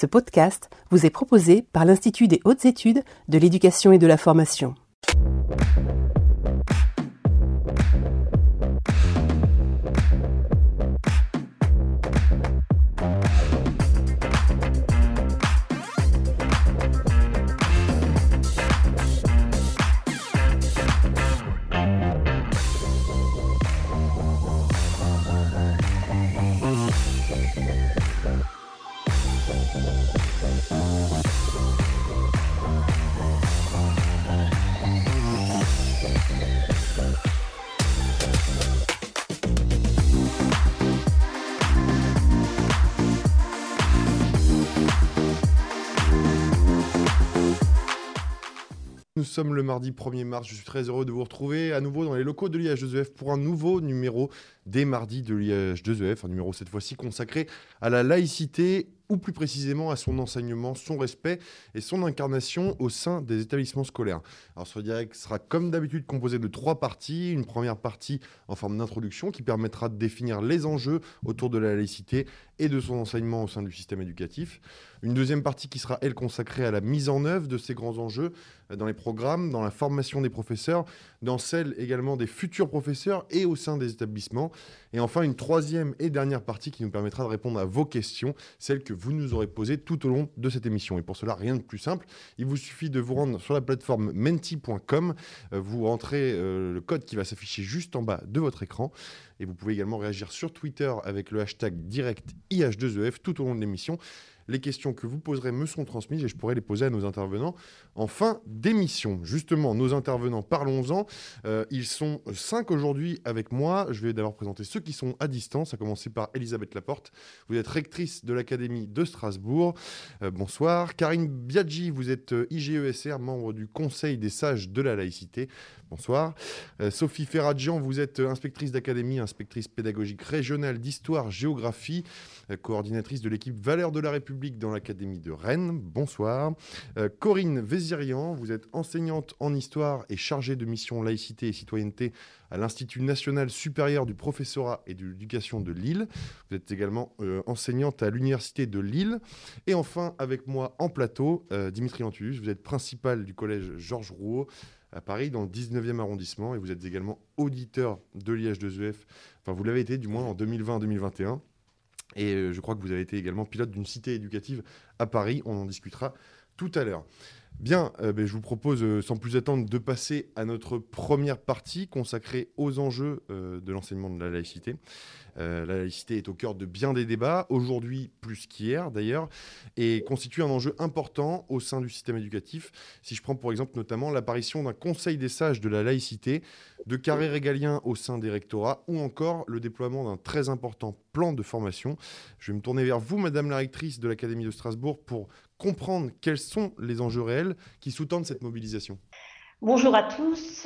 Ce podcast vous est proposé par l'Institut des hautes études de l'éducation et de la formation. Nous sommes le mardi 1er mars, je suis très heureux de vous retrouver à nouveau dans les locaux de l'IH2EF pour un nouveau numéro des mardis de l'IH2EF, un numéro cette fois-ci consacré à la laïcité ou plus précisément à son enseignement, son respect et son incarnation au sein des établissements scolaires. Alors ce direct sera comme d'habitude composé de 3 parties. Une première partie en forme d'introduction qui permettra de définir les enjeux autour de la laïcité et de son enseignement au sein du système éducatif. Une deuxième partie qui sera, elle, consacrée à la mise en œuvre de ces grands enjeux dans les programmes, dans la formation des professeurs, dans celle également des futurs professeurs et au sein des établissements. Et enfin, une troisième et dernière partie qui nous permettra de répondre à vos questions, celles que vous nous aurez posées tout au long de cette émission. Et pour cela, rien de plus simple. Il vous suffit de vous rendre sur la plateforme menti.com. Vous rentrez le code qui va s'afficher juste en bas de votre écran. Et vous pouvez également réagir sur Twitter avec le hashtag #IH2EF tout au long de l'émission. Les questions que vous poserez me seront transmises et je pourrai les poser à nos intervenants en fin d'émission. Justement, nos intervenants, parlons-en. Ils sont 5 aujourd'hui avec moi. Je vais d'abord présenter ceux qui sont à distance, à commencer par Elisabeth Laporte. Vous êtes rectrice de l'Académie de Strasbourg. Bonsoir. Karine Biaggi, vous êtes IGESR, membre du Conseil des sages de la laïcité. Bonsoir. Sophie Ferradjian, vous êtes inspectrice d'académie, inspectrice pédagogique régionale d'histoire-géographie, coordinatrice de l'équipe Valeurs de la République dans l'Académie de Rennes. Bonsoir. Corinne Vézirian, vous êtes enseignante en histoire et chargée de mission laïcité et citoyenneté à l'Institut national supérieur du professorat et de l'éducation de Lille. Vous êtes également enseignante à l'Université de Lille. Et enfin, avec moi en plateau, Dimitri Lentulus, vous êtes principal du collège Georges Rouault à Paris, dans le 19e arrondissement, et vous êtes également auditeur de l'IH2EF. Enfin, vous l'avez été, du moins, en 2020-2021. Et je crois que vous avez été également pilote d'une cité éducative à Paris. On en discutera tout à l'heure. Bien, je vous propose, sans plus attendre, de passer à notre première partie consacrée aux enjeux de l'enseignement de la laïcité. La laïcité est au cœur de bien des débats, aujourd'hui plus qu'hier d'ailleurs, et constitue un enjeu important au sein du système éducatif. Si je prends pour exemple notamment l'apparition d'un conseil des sages de la laïcité, de carrés régaliens au sein des rectorats, ou encore le déploiement d'un très important plan de formation. Je vais me tourner vers vous, Madame la rectrice de l'Académie de Strasbourg, pour comprendre quels sont les enjeux réels qui sous-tendent cette mobilisation. Bonjour à tous.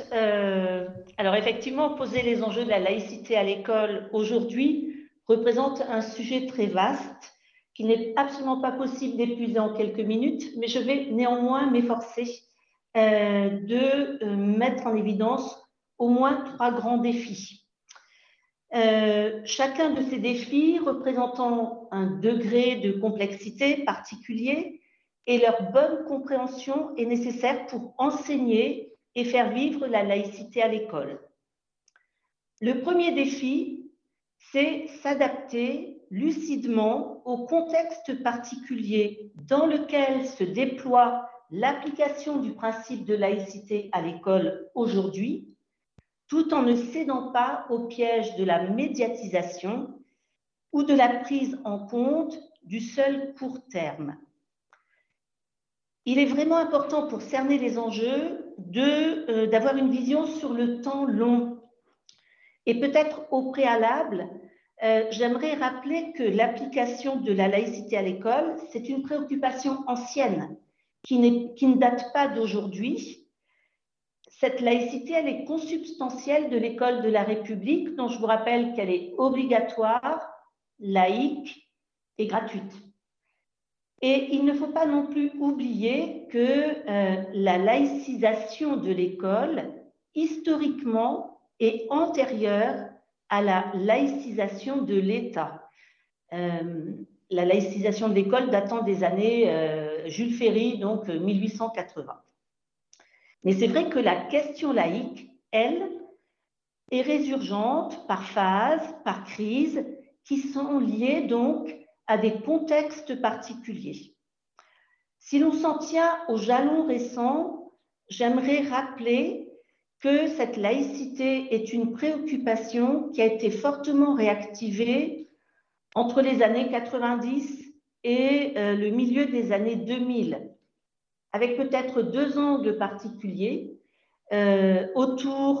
Alors effectivement, poser les enjeux de la laïcité à l'école aujourd'hui représente un sujet très vaste qu'il n'est absolument pas possible d'épuiser en quelques minutes, mais je vais néanmoins m'efforcer de mettre en évidence au moins 3 grands défis. Chacun de ces défis représentant un degré de complexité particulier, et leur bonne compréhension est nécessaire pour enseigner et faire vivre la laïcité à l'école. Le premier défi, c'est s'adapter lucidement au contexte particulier dans lequel se déploie l'application du principe de laïcité à l'école aujourd'hui, tout en ne cédant pas au piège de la médiatisation ou de la prise en compte du seul court terme. Il est vraiment important pour cerner les enjeux d'avoir une vision sur le temps long. Et peut-être au préalable, j'aimerais rappeler que l'application de la laïcité à l'école, c'est une préoccupation ancienne qui ne date pas d'aujourd'hui. Cette laïcité, elle est consubstantielle de l'école de la République, dont je vous rappelle qu'elle est obligatoire, laïque et gratuite. Et il ne faut pas non plus oublier que la laïcisation de l'école, historiquement, est antérieure à la laïcisation de l'État. la laïcisation de l'école datant des années Jules Ferry, donc 1880. Mais c'est vrai que la question laïque, elle, est résurgente par phase, par crise, qui sont liées donc à des contextes particuliers. Si l'on s'en tient aux jalons récents, j'aimerais rappeler que cette laïcité est une préoccupation qui a été fortement réactivée entre les années 90 et le milieu des années 2000, avec peut-être deux angles particuliers autour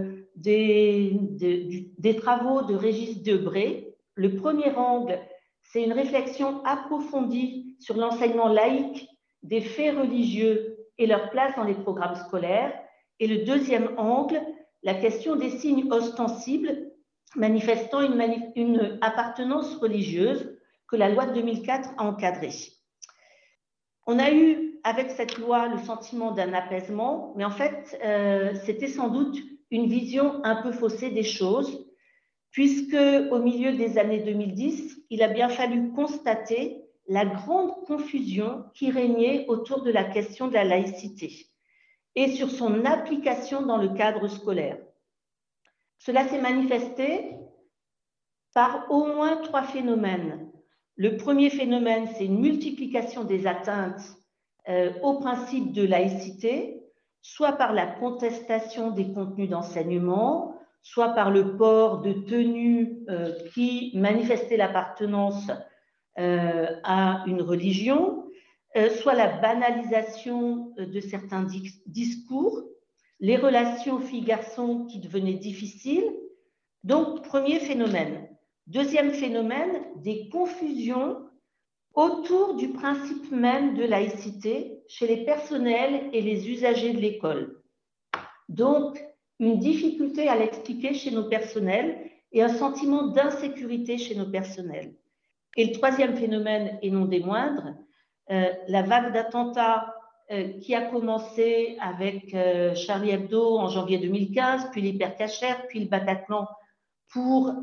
des travaux de Régis Debray. Le premier angle, c'est une réflexion approfondie sur l'enseignement laïque des faits religieux et leur place dans les programmes scolaires. Et le deuxième angle, la question des signes ostensibles manifestant une appartenance religieuse que la loi de 2004 a encadrée. On a eu, avec cette loi, le sentiment d'un apaisement, mais en fait, c'était sans doute une vision un peu faussée des choses, puisque au milieu des années 2010, il a bien fallu constater la grande confusion qui régnait autour de la question de la laïcité et sur son application dans le cadre scolaire. Cela s'est manifesté par au moins trois phénomènes. Le premier phénomène, c'est une multiplication des atteintes au principe de laïcité, soit par la contestation des contenus d'enseignement, soit par le port de tenues qui manifestaient l'appartenance à une religion, soit la banalisation de certains discours, les relations filles-garçons qui devenaient difficiles. Donc, premier phénomène. Deuxième phénomène, des confusions autour du principe même de laïcité chez les personnels et les usagers de l'école. Donc, une difficulté à l'expliquer chez nos personnels et un sentiment d'insécurité chez nos personnels. Et le troisième phénomène, et non des moindres, la vague d'attentats qui a commencé avec Charlie Hebdo en janvier 2015, puis l'Hypercacher, puis le Bataclan, pour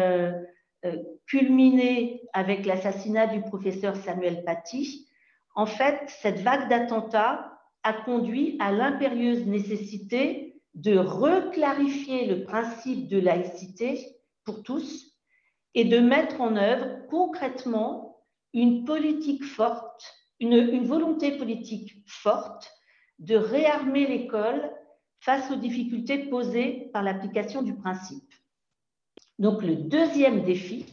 culminer avec l'assassinat du professeur Samuel Paty. En fait, cette vague d'attentats a conduit à l'impérieuse nécessité de reclarifier le principe de laïcité pour tous et de mettre en œuvre concrètement une politique forte, une volonté politique forte de réarmer l'école face aux difficultés posées par l'application du principe. Donc, le deuxième défi,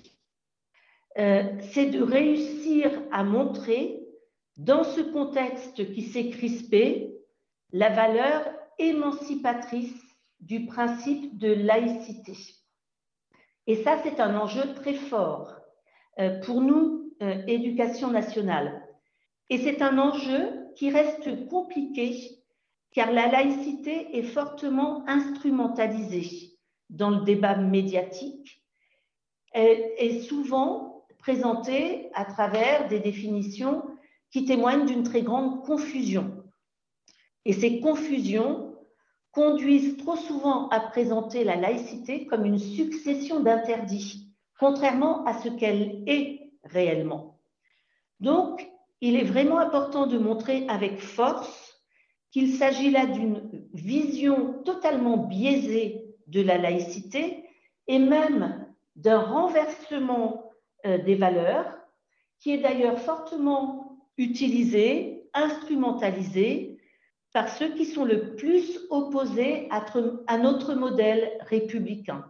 c'est de réussir à montrer, dans ce contexte qui s'est crispé, la valeur émancipatrice du principe de laïcité. Et ça, c'est un enjeu très fort pour nous, éducation nationale. Et c'est un enjeu qui reste compliqué, car la laïcité est fortement instrumentalisée dans le débat médiatique, est souvent présentée à travers des définitions qui témoignent d'une très grande confusion. Et ces confusions conduisent trop souvent à présenter la laïcité comme une succession d'interdits, contrairement à ce qu'elle est réellement. Donc, il est vraiment important de montrer avec force qu'il s'agit là d'une vision totalement biaisée de la laïcité et même d'un renversement des valeurs qui est d'ailleurs fortement utilisé, instrumentalisé par ceux qui sont le plus opposés à notre modèle républicain.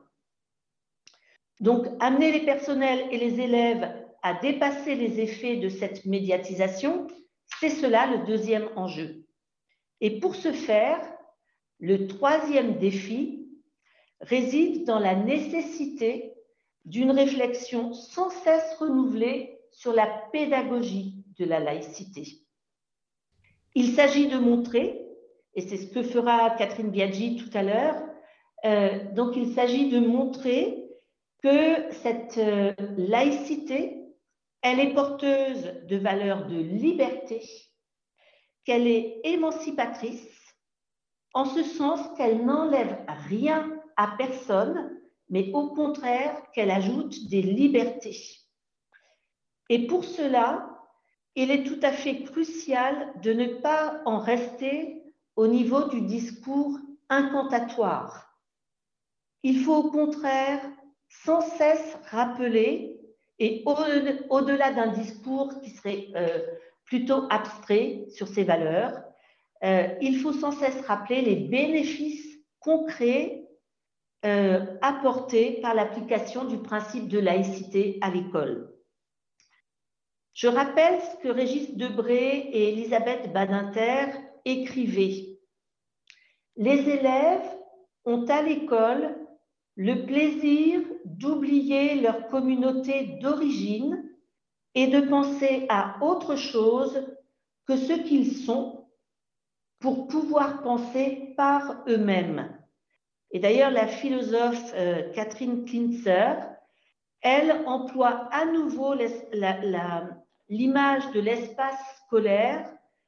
Donc, amener les personnels et les élèves à dépasser les effets de cette médiatisation, c'est cela le deuxième enjeu. Et pour ce faire, le troisième défi réside dans la nécessité d'une réflexion sans cesse renouvelée sur la pédagogie de la laïcité. Il s'agit de montrer, et c'est ce que fera Catherine Biaggi tout à l'heure, donc il s'agit de montrer que cette laïcité, elle est porteuse de valeurs de liberté, qu'elle est émancipatrice, en ce sens qu'elle n'enlève rien à personne, mais au contraire qu'elle ajoute des libertés. Et pour cela, il est tout à fait crucial de ne pas en rester au niveau du discours incantatoire. Il faut au contraire sans cesse rappeler, et au-delà d'un discours qui serait plutôt abstrait sur ces valeurs, il faut sans cesse rappeler les bénéfices concrets apportés par l'application du principe de laïcité à l'école. Je rappelle ce que Régis Debray et Elisabeth Badinter écrivaient. Les élèves ont à l'école le plaisir d'oublier leur communauté d'origine et de penser à autre chose que ce qu'ils sont pour pouvoir penser par eux-mêmes. Et d'ailleurs, la philosophe Catherine Klinzer, elle emploie à nouveau l'image de l'espace scolaire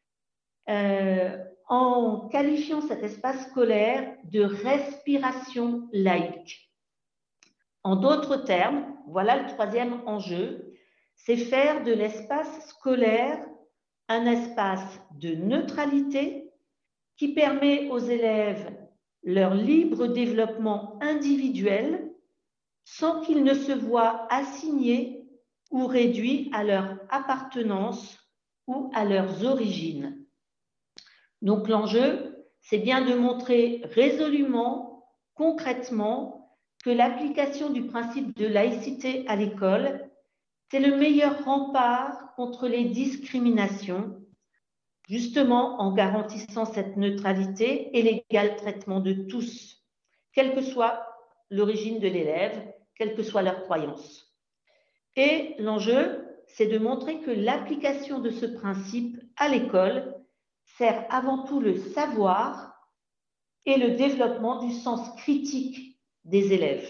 en qualifiant cet espace scolaire de respiration laïque. En d'autres termes, voilà le troisième enjeu, c'est faire de l'espace scolaire un espace de neutralité qui permet aux élèves leur libre développement individuel sans qu'ils ne se voient assignés ou réduits à leur appartenance ou à leurs origines. Donc l'enjeu, c'est bien de montrer résolument, concrètement, que l'application du principe de laïcité à l'école, c'est le meilleur rempart contre les discriminations, justement en garantissant cette neutralité et l'égal traitement de tous, quelle que soit l'origine de l'élève, quelle que soit leur croyance. Et l'enjeu, c'est de montrer que l'application de ce principe à l'école sert avant tout le savoir et le développement du sens critique des élèves.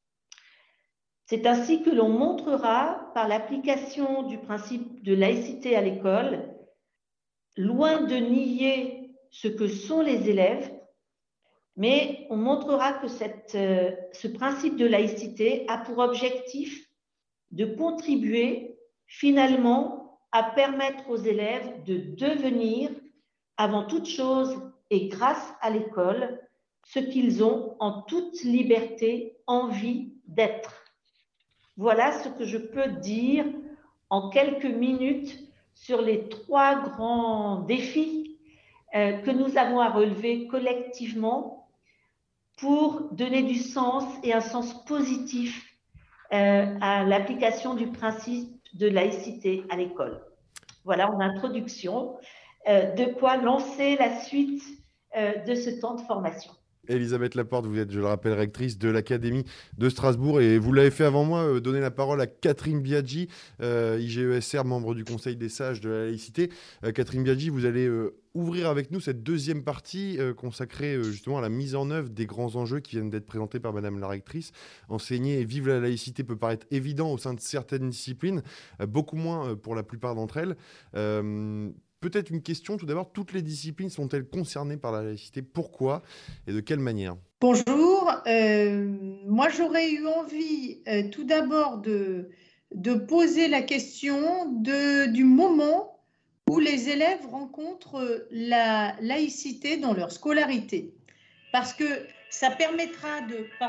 C'est ainsi que l'on montrera, par l'application du principe de laïcité à l'école, loin de nier ce que sont les élèves, mais on montrera que ce principe de laïcité a pour objectif de contribuer finalement à permettre aux élèves de devenir, avant toute chose et grâce à l'école, ce qu'ils ont en toute liberté envie d'être. Voilà ce que je peux dire en quelques minutes sur les trois grands défis que nous avons à relever collectivement pour donner du sens et un sens positif à l'application du principe de laïcité à l'école. Voilà en introduction de quoi lancer la suite de ce temps de formation. Elisabeth Laporte, vous êtes, je le rappelle, rectrice de l'Académie de Strasbourg et vous l'avez fait avant moi, donner la parole à Catherine Biaggi, IGESR, membre du Conseil des sages de la laïcité. Catherine Biaggi, vous allez ouvrir avec nous cette deuxième partie consacrée justement à la mise en œuvre des grands enjeux qui viennent d'être présentés par Madame la rectrice. Enseigner et vivre la laïcité peut paraître évident au sein de certaines disciplines, beaucoup moins pour la plupart d'entre elles. Peut-être une question, tout d'abord, toutes les disciplines sont-elles concernées par la laïcité? Pourquoi et de quelle manière? Bonjour, moi j'aurais eu envie tout d'abord de poser la question du moment où les élèves rencontrent la laïcité dans leur scolarité. Parce que ça permettra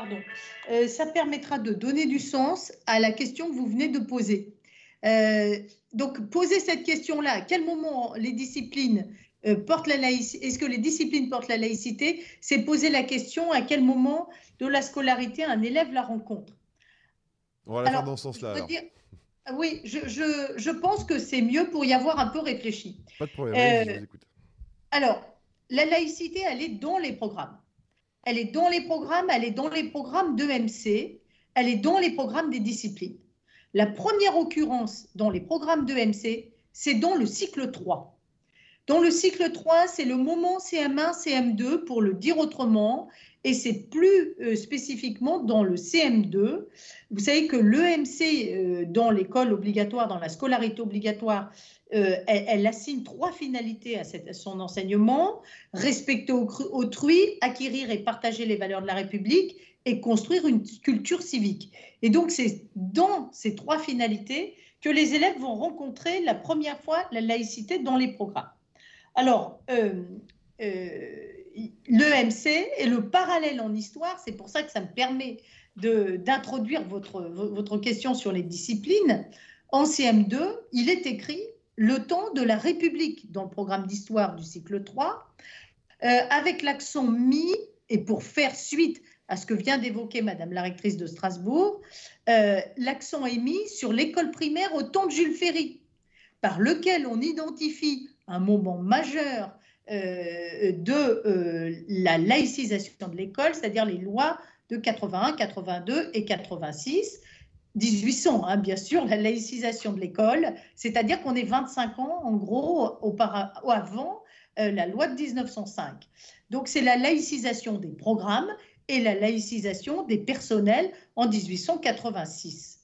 de donner du sens à la question que vous venez de poser. Donc, poser cette question-là, à quel moment les disciplines portent la laïcité, est-ce que les disciplines portent la laïcité? C'est poser la question à quel moment de la scolarité un élève la rencontre. On va la faire dans ce sens-là. Oui, je pense que c'est mieux pour y avoir un peu réfléchi. Pas de problème, je vous écoute. Alors, la laïcité, elle est dans les programmes. Elle est dans les programmes, elle est dans les programmes d'EMC, elle est dans les programmes des disciplines. La première occurrence dans les programmes d'EMC, c'est dans le cycle 3. Dans le cycle 3, c'est le moment CM1, CM2 pour le dire autrement, et c'est plus spécifiquement dans le CM2. Vous savez que l'EMC dans l'école obligatoire, dans la scolarité obligatoire, elle assigne 3 finalités à son enseignement: respecter autrui, acquérir et partager les valeurs de la République et construire une culture civique. Et donc, c'est dans ces 3 finalités que les élèves vont rencontrer la première fois la laïcité dans les programmes. Alors, l'EMC et le parallèle en histoire, c'est pour ça que ça me permet d'introduire votre question sur les disciplines. En CM2, il est écrit le temps de la République dans le programme d'histoire du cycle 3, avec l'accent mis, et pour faire suite à ce que vient d'évoquer Madame la rectrice de Strasbourg, l'accent est mis sur l'école primaire au temps de Jules Ferry, par lequel on identifie un moment majeur de la laïcisation de l'école, c'est-à-dire les lois de 81, 82 et 86. 1800, hein, bien sûr, la laïcisation de l'école, c'est-à-dire qu'on est 25 ans, en gros, avant la loi de 1905. Donc, c'est la laïcisation des programmes et la laïcisation des personnels en 1886.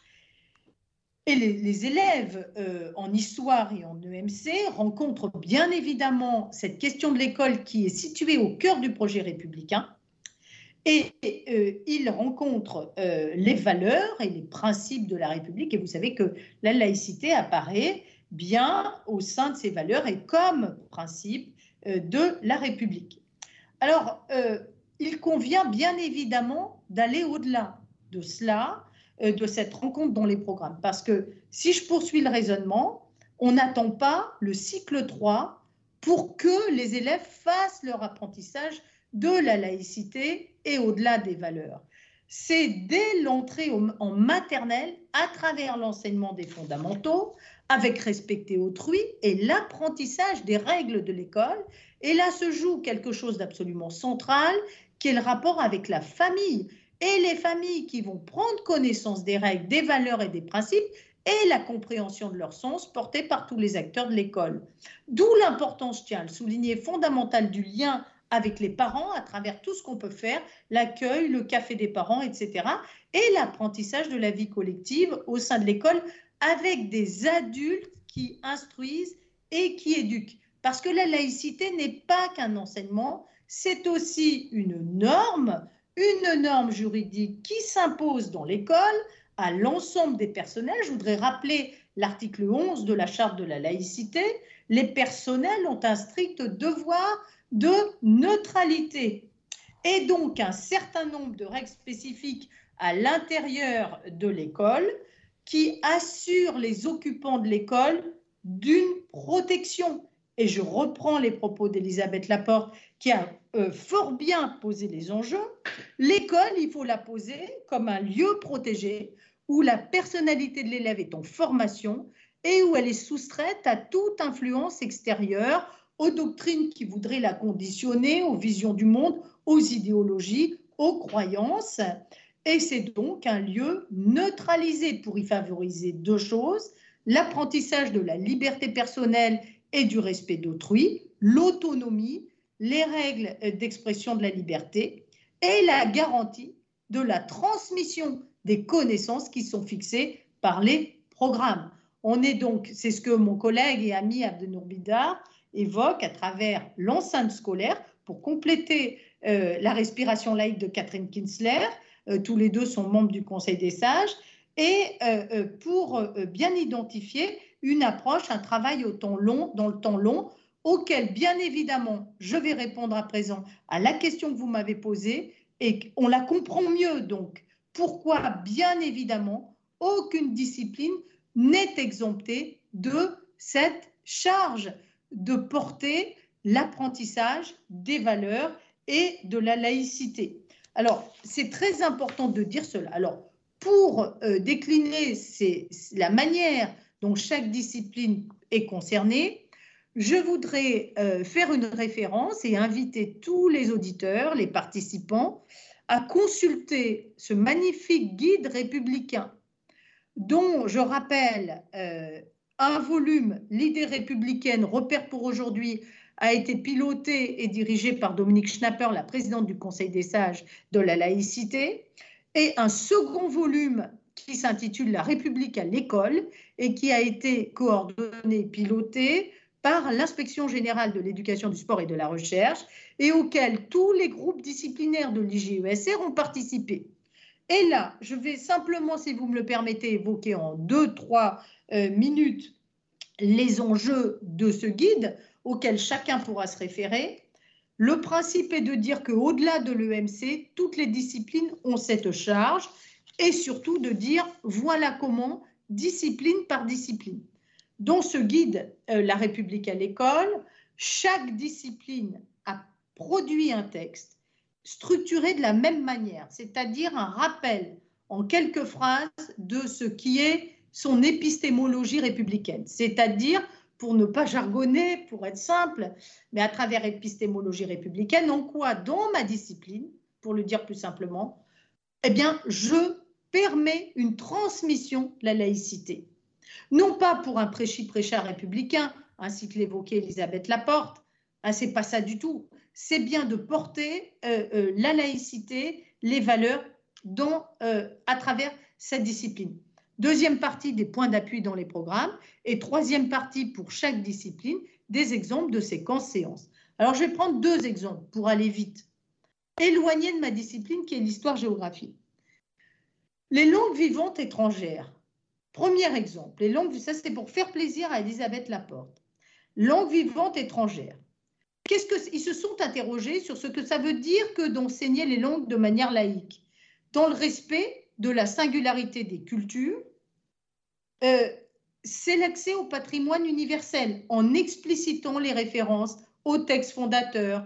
Et les élèves en histoire et en EMC rencontrent bien évidemment cette question de l'école qui est située au cœur du projet républicain. Et ils rencontrent les valeurs et les principes de la République. Et vous savez que la laïcité apparaît bien au sein de ces valeurs et comme principe de la République. Alors, il convient bien évidemment d'aller au-delà de cela, de cette rencontre dans les programmes. Parce que si je poursuis le raisonnement, on n'attend pas le cycle 3 pour que les élèves fassent leur apprentissage de la laïcité et au-delà des valeurs. C'est dès l'entrée en maternelle, à travers l'enseignement des fondamentaux, avec respecter autrui et l'apprentissage des règles de l'école. Et là se joue quelque chose d'absolument central, qui est le rapport avec la famille. Et les familles qui vont prendre connaissance des règles, des valeurs et des principes et la compréhension de leur sens portée par tous les acteurs de l'école. D'où l'importance, je tiens à le souligner, fondamentale du lien avec les parents à travers tout ce qu'on peut faire, l'accueil, le café des parents, etc. Et l'apprentissage de la vie collective au sein de l'école avec des adultes qui instruisent et qui éduquent. Parce que la laïcité n'est pas qu'un enseignement, c'est aussi une norme juridique qui s'impose dans l'école à l'ensemble des personnels. Je voudrais rappeler l'article 11 de la Charte de la laïcité. Les personnels ont un strict devoir de neutralité et donc un certain nombre de règles spécifiques à l'intérieur de l'école qui assurent les occupants de l'école d'une protection. Et je reprends les propos d'Elisabeth Laporte qui a fort bien posé les enjeux. L'école, il faut la poser comme un lieu protégé où la personnalité de l'élève est en formation et où elle est soustraite à toute influence extérieure, aux doctrines qui voudraient la conditionner, aux visions du monde, aux idéologies, aux croyances. Et c'est donc un lieu neutralisé pour y favoriser deux choses, l'apprentissage de la liberté personnelle et du respect d'autrui, l'autonomie, les règles d'expression de la liberté et la garantie de la transmission des connaissances qui sont fixées par les programmes. On est donc, c'est ce que mon collègue et ami Abdenour Bidar évoque à travers l'enceinte scolaire pour compléter la respiration laïque de Catherine Kinsler. Tous les deux sont membres du Conseil des sages et pour bien identifier une approche, un travail dans le temps long, auquel bien évidemment je vais répondre à présent à la question que vous m'avez posée et on la comprend mieux donc. Pourquoi bien évidemment aucune discipline n'est exemptée de cette charge de porter l'apprentissage des valeurs et de la laïcité. Alors, c'est très important de dire cela. Alors, pour décliner la manière dont chaque discipline est concernée, je voudrais faire une référence et inviter tous les auditeurs, les participants, à consulter ce magnifique guide républicain dont je rappelle un volume, l'idée républicaine, repère pour aujourd'hui, a été piloté et dirigé par Dominique Schnapper, la présidente du Conseil des sages de la laïcité, et un second volume qui s'intitule La République à l'école et qui a été coordonné, piloté par l'Inspection générale de l'éducation, du sport et de la recherche et auquel tous les groupes disciplinaires de l'IGESR ont participé. Et là, je vais simplement, si vous me le permettez, évoquer en 2-3 minutes les enjeux de ce guide auquel chacun pourra se référer. Le principe est de dire qu'au-delà de l'EMC, toutes les disciplines ont cette charge et surtout de dire voilà comment, discipline par discipline. Dans ce guide, La République à l'école, chaque discipline a produit un texte structuré de la même manière, c'est-à-dire un rappel en quelques phrases de ce qui est son épistémologie républicaine, c'est-à-dire, pour ne pas jargonner, pour être simple, mais à travers épistémologie républicaine, en quoi, dans ma discipline, pour le dire plus simplement, eh bien, je permets une transmission de la laïcité. Non pas pour un prêchi-prêcha républicain, ainsi que l'évoquait Elisabeth Laporte, hein, c'est pas ça du tout. C'est bien de porter la laïcité, les valeurs à travers cette discipline. Deuxième partie, des points d'appui dans les programmes. Et troisième partie, pour chaque discipline, des exemples de séquences séances. Alors, je vais prendre 2 exemples pour aller vite. Éloigné de ma discipline qui est l'histoire-géographie. Les langues vivantes étrangères. Premier exemple, les langues, ça c'est pour faire plaisir à Elisabeth Laporte. Langues vivantes étrangères. Ils se sont interrogés sur ce que ça veut dire que d'enseigner les langues de manière laïque, dans le respect de la singularité des cultures. C'est l'accès au patrimoine universel en explicitant les références aux textes fondateurs.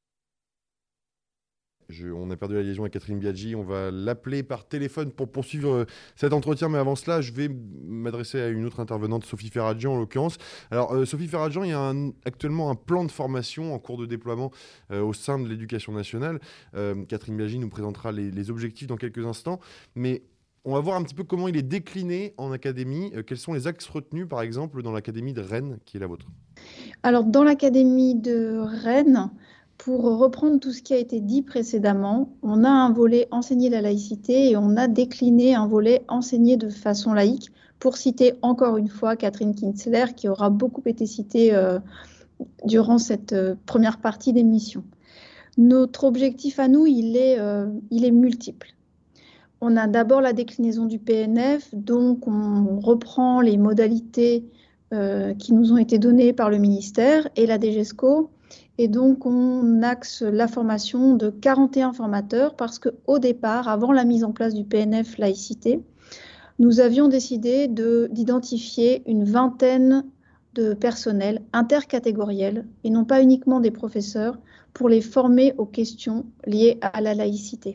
On a perdu la liaison avec Catherine Biaggi, on va l'appeler par téléphone pour poursuivre cet entretien, mais avant cela, je vais m'adresser à une autre intervenante, Sophie Ferradjian en l'occurrence. Alors, Sophie Ferradjian, il y a actuellement un plan de formation en cours de déploiement au sein de l'éducation nationale. Catherine Biaggi nous présentera les objectifs dans quelques instants, mais on va voir un petit peu comment il est décliné en académie. Quels sont les axes retenus, par exemple, dans l'académie de Rennes, qui est la vôtre? Alors, dans l'académie de Rennes, pour reprendre tout ce qui a été dit précédemment, on a un volet enseigner la laïcité et on a décliné un volet enseigner de façon laïque, pour citer encore une fois Catherine Kinsler, qui aura beaucoup été citée durant cette première partie d'émission. Notre objectif à nous, il est multiple. On a d'abord la déclinaison du PNF, donc on reprend les modalités qui nous ont été données par le ministère et la DGESCO. Et donc, on axe la formation de 41 formateurs parce qu'au départ, avant la mise en place du PNF laïcité, nous avions décidé d'identifier une vingtaine de personnels intercatégoriels et non pas uniquement des professeurs pour les former aux questions liées à la laïcité.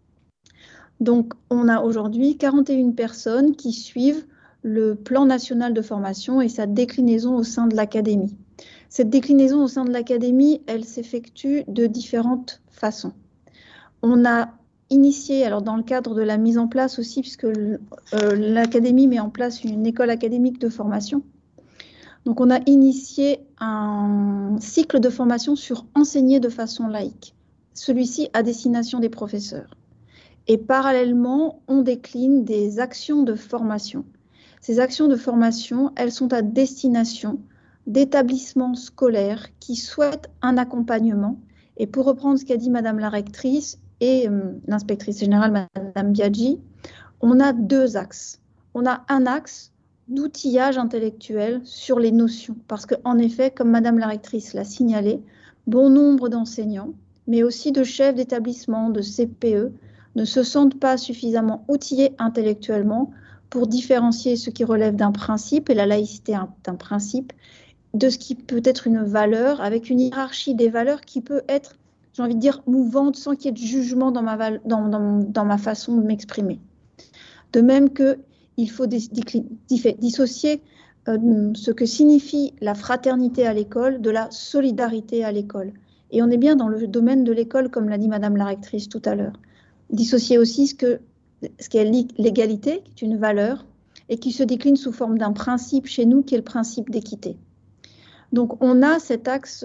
Donc, on a aujourd'hui 41 personnes qui suivent le plan national de formation et sa déclinaison au sein de l'académie. Cette déclinaison au sein de l'académie, elle s'effectue de différentes façons. On a initié, alors dans le cadre de la mise en place aussi, puisque l'académie met en place une école académique de formation. Donc on a initié un cycle de formation sur enseigner de façon laïque, celui-ci à destination des professeurs. Et parallèlement, on décline des actions de formation. Ces actions de formation, elles sont à destination d'établissements scolaires qui souhaitent un accompagnement. Et pour reprendre ce qu'a dit Madame la rectrice et l'inspectrice générale, Madame Biaggi, on a 2 axes. On a un axe d'outillage intellectuel sur les notions. Parce qu'en effet, comme Madame la rectrice l'a signalé, bon nombre d'enseignants, mais aussi de chefs d'établissement, de CPE, ne se sentent pas suffisamment outillés intellectuellement pour différencier ce qui relève d'un principe, et la laïcité est un principe, de ce qui peut être une valeur, avec une hiérarchie des valeurs qui peut être, j'ai envie de dire, mouvante, sans qu'il y ait de jugement dans ma façon de m'exprimer. De même qu'il faut dissocier ce que signifie la fraternité à l'école de la solidarité à l'école. Et on est bien dans le domaine de l'école, comme l'a dit Madame la rectrice tout à l'heure. Dissocier aussi ce qu'est l'égalité, qui est une valeur, et qui se décline sous forme d'un principe chez nous, qui est le principe d'équité. Donc on a cet axe,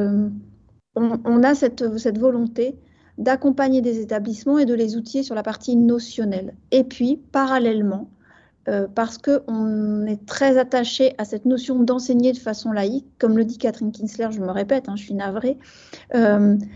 on a cette volonté d'accompagner des établissements et de les outiller sur la partie notionnelle. Et puis, parallèlement, parce qu'on est très attaché à cette notion d'enseigner de façon laïque, comme le dit Catherine Kinsler, je me répète, je suis navrée,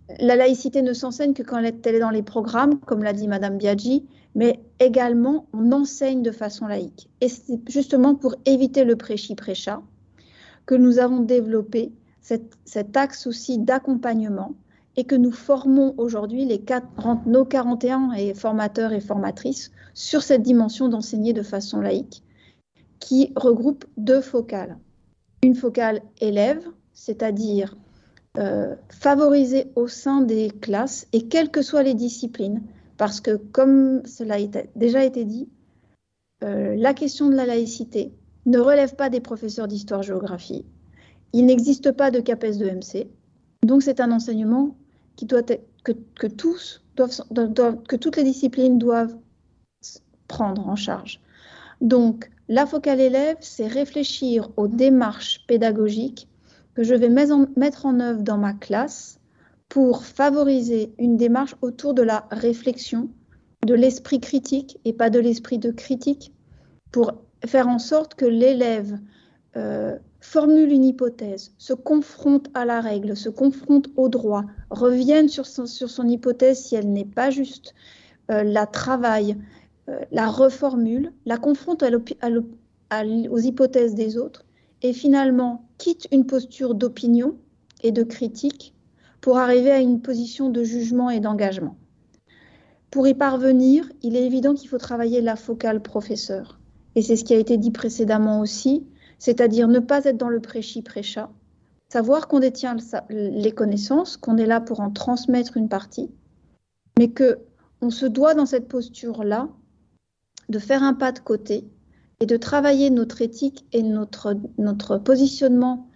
La laïcité ne s'enseigne que quand elle est dans les programmes, comme l'a dit Madame Biaggi, mais également on enseigne de façon laïque. Et c'est justement pour éviter le prêchi-prêcha que nous avons développé cet axe aussi d'accompagnement et que nous formons aujourd'hui nos 41 et formateurs et formatrices sur cette dimension d'enseigner de façon laïque qui regroupe 2 focales. Une focale élève, c'est-à-dire favoriser au sein des classes et quelles que soient les disciplines, parce que comme cela a déjà été dit, la question de la laïcité ne relève pas des professeurs d'histoire-géographie. Il n'existe pas de CAPES de MC, donc c'est un enseignement qui doit être, que toutes les disciplines doivent prendre en charge. Donc, la focale élève, c'est réfléchir aux démarches pédagogiques que je vais mettre en œuvre dans ma classe pour favoriser une démarche autour de la réflexion, de l'esprit critique et pas de l'esprit de critique, pour faire en sorte que l'élève formule une hypothèse, se confronte à la règle, se confronte au droit, revienne sur son hypothèse si elle n'est pas juste, la travaille, la reformule, la confronte aux hypothèses des autres et finalement quitte une posture d'opinion et de critique pour arriver à une position de jugement et d'engagement. Pour y parvenir, il est évident qu'il faut travailler la focale professeur. Et c'est ce qui a été dit précédemment aussi, c'est-à-dire ne pas être dans le prêchi-prêcha, savoir qu'on détient les connaissances, qu'on est là pour en transmettre une partie, mais qu'on se doit dans cette posture-là de faire un pas de côté et de travailler notre éthique et notre positionnement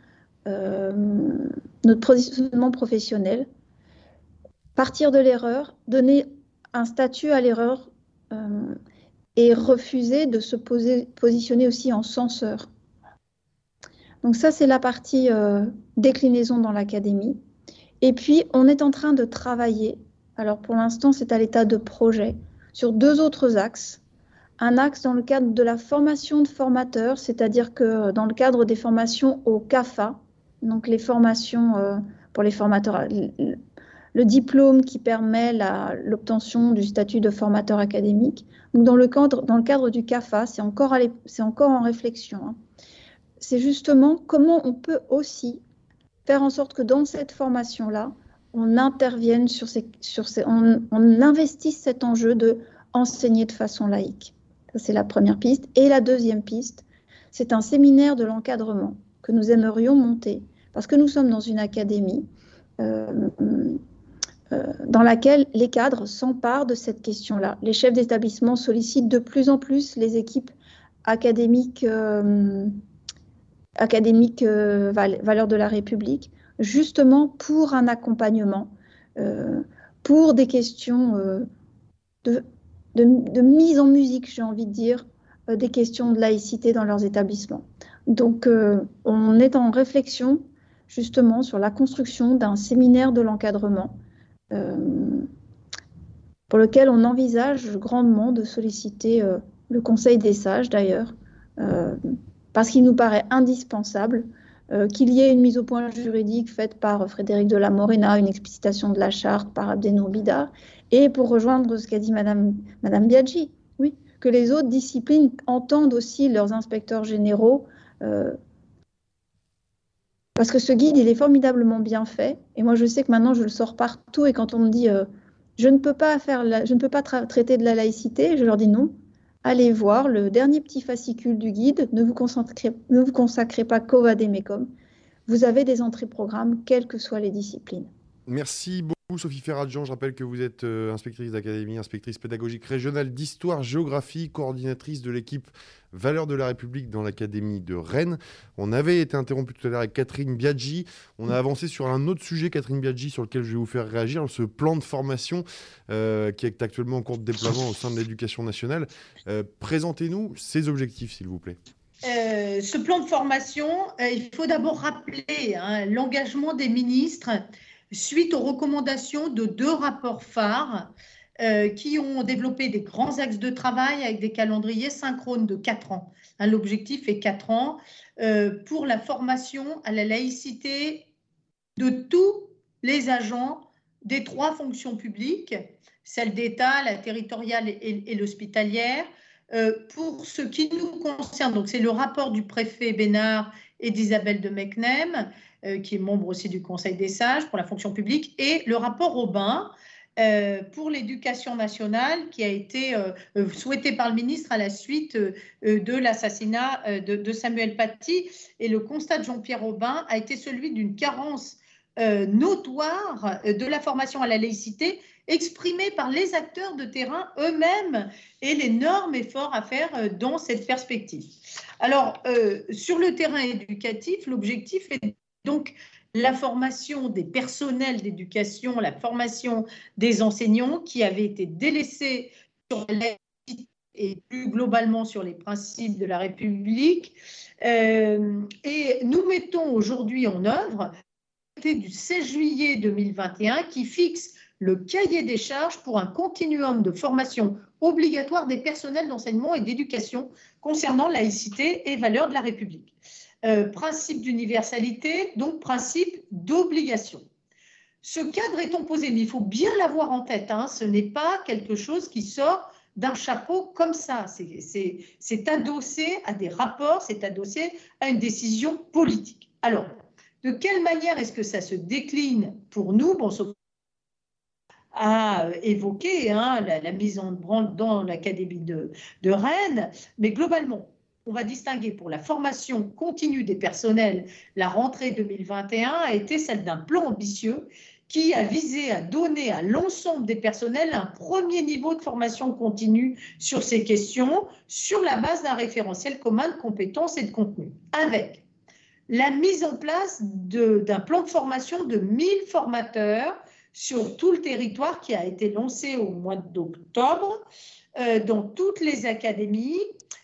professionnel, partir de l'erreur, donner un statut à l'erreur et refuser de se positionner aussi en censeur. Donc ça, c'est la partie déclinaison dans l'académie. Et puis, on est en train de travailler, alors pour l'instant, c'est à l'état de projet, sur 2 autres axes. Un axe dans le cadre de la formation de formateurs, c'est-à-dire que dans le cadre des formations au CAFA, donc les formations pour les formateurs, le diplôme qui permet l'obtention du statut de formateur académique. Donc dans le cadre du CAFA, c'est encore en réflexion. Hein. C'est justement comment on peut aussi faire en sorte que dans cette formation-là, on intervienne on investisse cet enjeu de enseigner de façon laïque. Ça, c'est la première piste. Et la deuxième piste, c'est un séminaire de l'encadrement que nous aimerions monter, parce que nous sommes dans une académie dans laquelle les cadres s'emparent de cette question-là. Les chefs d'établissement sollicitent de plus en plus les équipes académiques valeurs de la République, justement pour un accompagnement, pour des questions de mise en musique, j'ai envie de dire, des questions de laïcité dans leurs établissements. Donc, on est en réflexion justement sur la construction d'un séminaire de l'encadrement pour lequel on envisage grandement de solliciter le Conseil des sages d'ailleurs, parce qu'il nous paraît indispensable qu'il y ait une mise au point juridique faite par Frédéric de la Morena, une explicitation de la charte par Abdenour Bidar, et pour rejoindre ce qu'a dit Madame Biaggi, oui, que les autres disciplines entendent aussi leurs inspecteurs généraux, parce que ce guide, il est formidablement bien fait, et moi je sais que maintenant je le sors partout, et quand on me dit je ne peux pas traiter de la laïcité, je leur dis non. Allez voir le dernier petit fascicule du guide, ne vous consacrez pas qu'au vadémécum. Vous avez des entrées-programmes, quelles que soient les disciplines. Merci beaucoup Sophie Ferradjian. Je rappelle que vous êtes inspectrice d'académie, inspectrice pédagogique régionale d'histoire-géographie, coordinatrice de l'équipe Valeurs de la République dans l'académie de Rennes. On avait été interrompu tout à l'heure avec Catherine Biaggi. On a avancé sur un autre sujet, Catherine Biaggi, sur lequel je vais vous faire réagir, ce plan de formation qui est actuellement en cours de déploiement au sein de l'éducation nationale. Présentez-nous ces objectifs, s'il vous plaît. Ce plan de formation, il faut d'abord rappeler l'engagement des ministres suite aux recommandations de 2 rapports phares qui ont développé des grands axes de travail avec des calendriers synchrones de 4 ans. L'objectif est 4 ans pour la formation à la laïcité de tous les agents des 3 fonctions publiques, celle d'État, la territoriale et l'hospitalière. Pour ce qui nous concerne, donc c'est le rapport du préfet Bénard et d'Isabelle de Mecnem, qui est membre aussi du Conseil des sages pour la fonction publique, et le rapport Aubin pour l'éducation nationale qui a été souhaité par le ministre à la suite de l'assassinat de Samuel Paty. Et le constat de Jean-Pierre Aubin a été celui d'une carence notoire de la formation à la laïcité exprimée par les acteurs de terrain eux-mêmes et l'énorme effort à faire dans cette perspective. Alors, sur le terrain éducatif, l'objectif est donc la formation des personnels d'éducation, la formation des enseignants qui avaient été délaissés sur la laïcité et plus globalement sur les principes de la République. Et nous mettons aujourd'hui en œuvre du 16 juillet 2021 qui fixe le cahier des charges pour un continuum de formation obligatoire des personnels d'enseignement et d'éducation concernant laïcité et valeurs de la République. Principe d'universalité, donc principe d'obligation. Ce cadre étant posé, mais il faut bien l'avoir en tête, hein, ce n'est pas quelque chose qui sort d'un chapeau comme ça, c'est adossé à des rapports, c'est adossé à une décision politique. Alors, de quelle manière est-ce que ça se décline pour nous? Bon, a évoqué la mise en branle dans l'Académie de Rennes, mais globalement, on va distinguer pour la formation continue des personnels, la rentrée 2021 a été celle d'un plan ambitieux qui a visé à donner à l'ensemble des personnels un premier niveau de formation continue sur ces questions, sur la base d'un référentiel commun de compétences et de contenu, avec la mise en place d'un plan de formation de 1000 formateurs sur tout le territoire qui a été lancé au mois d'octobre dans toutes les académies.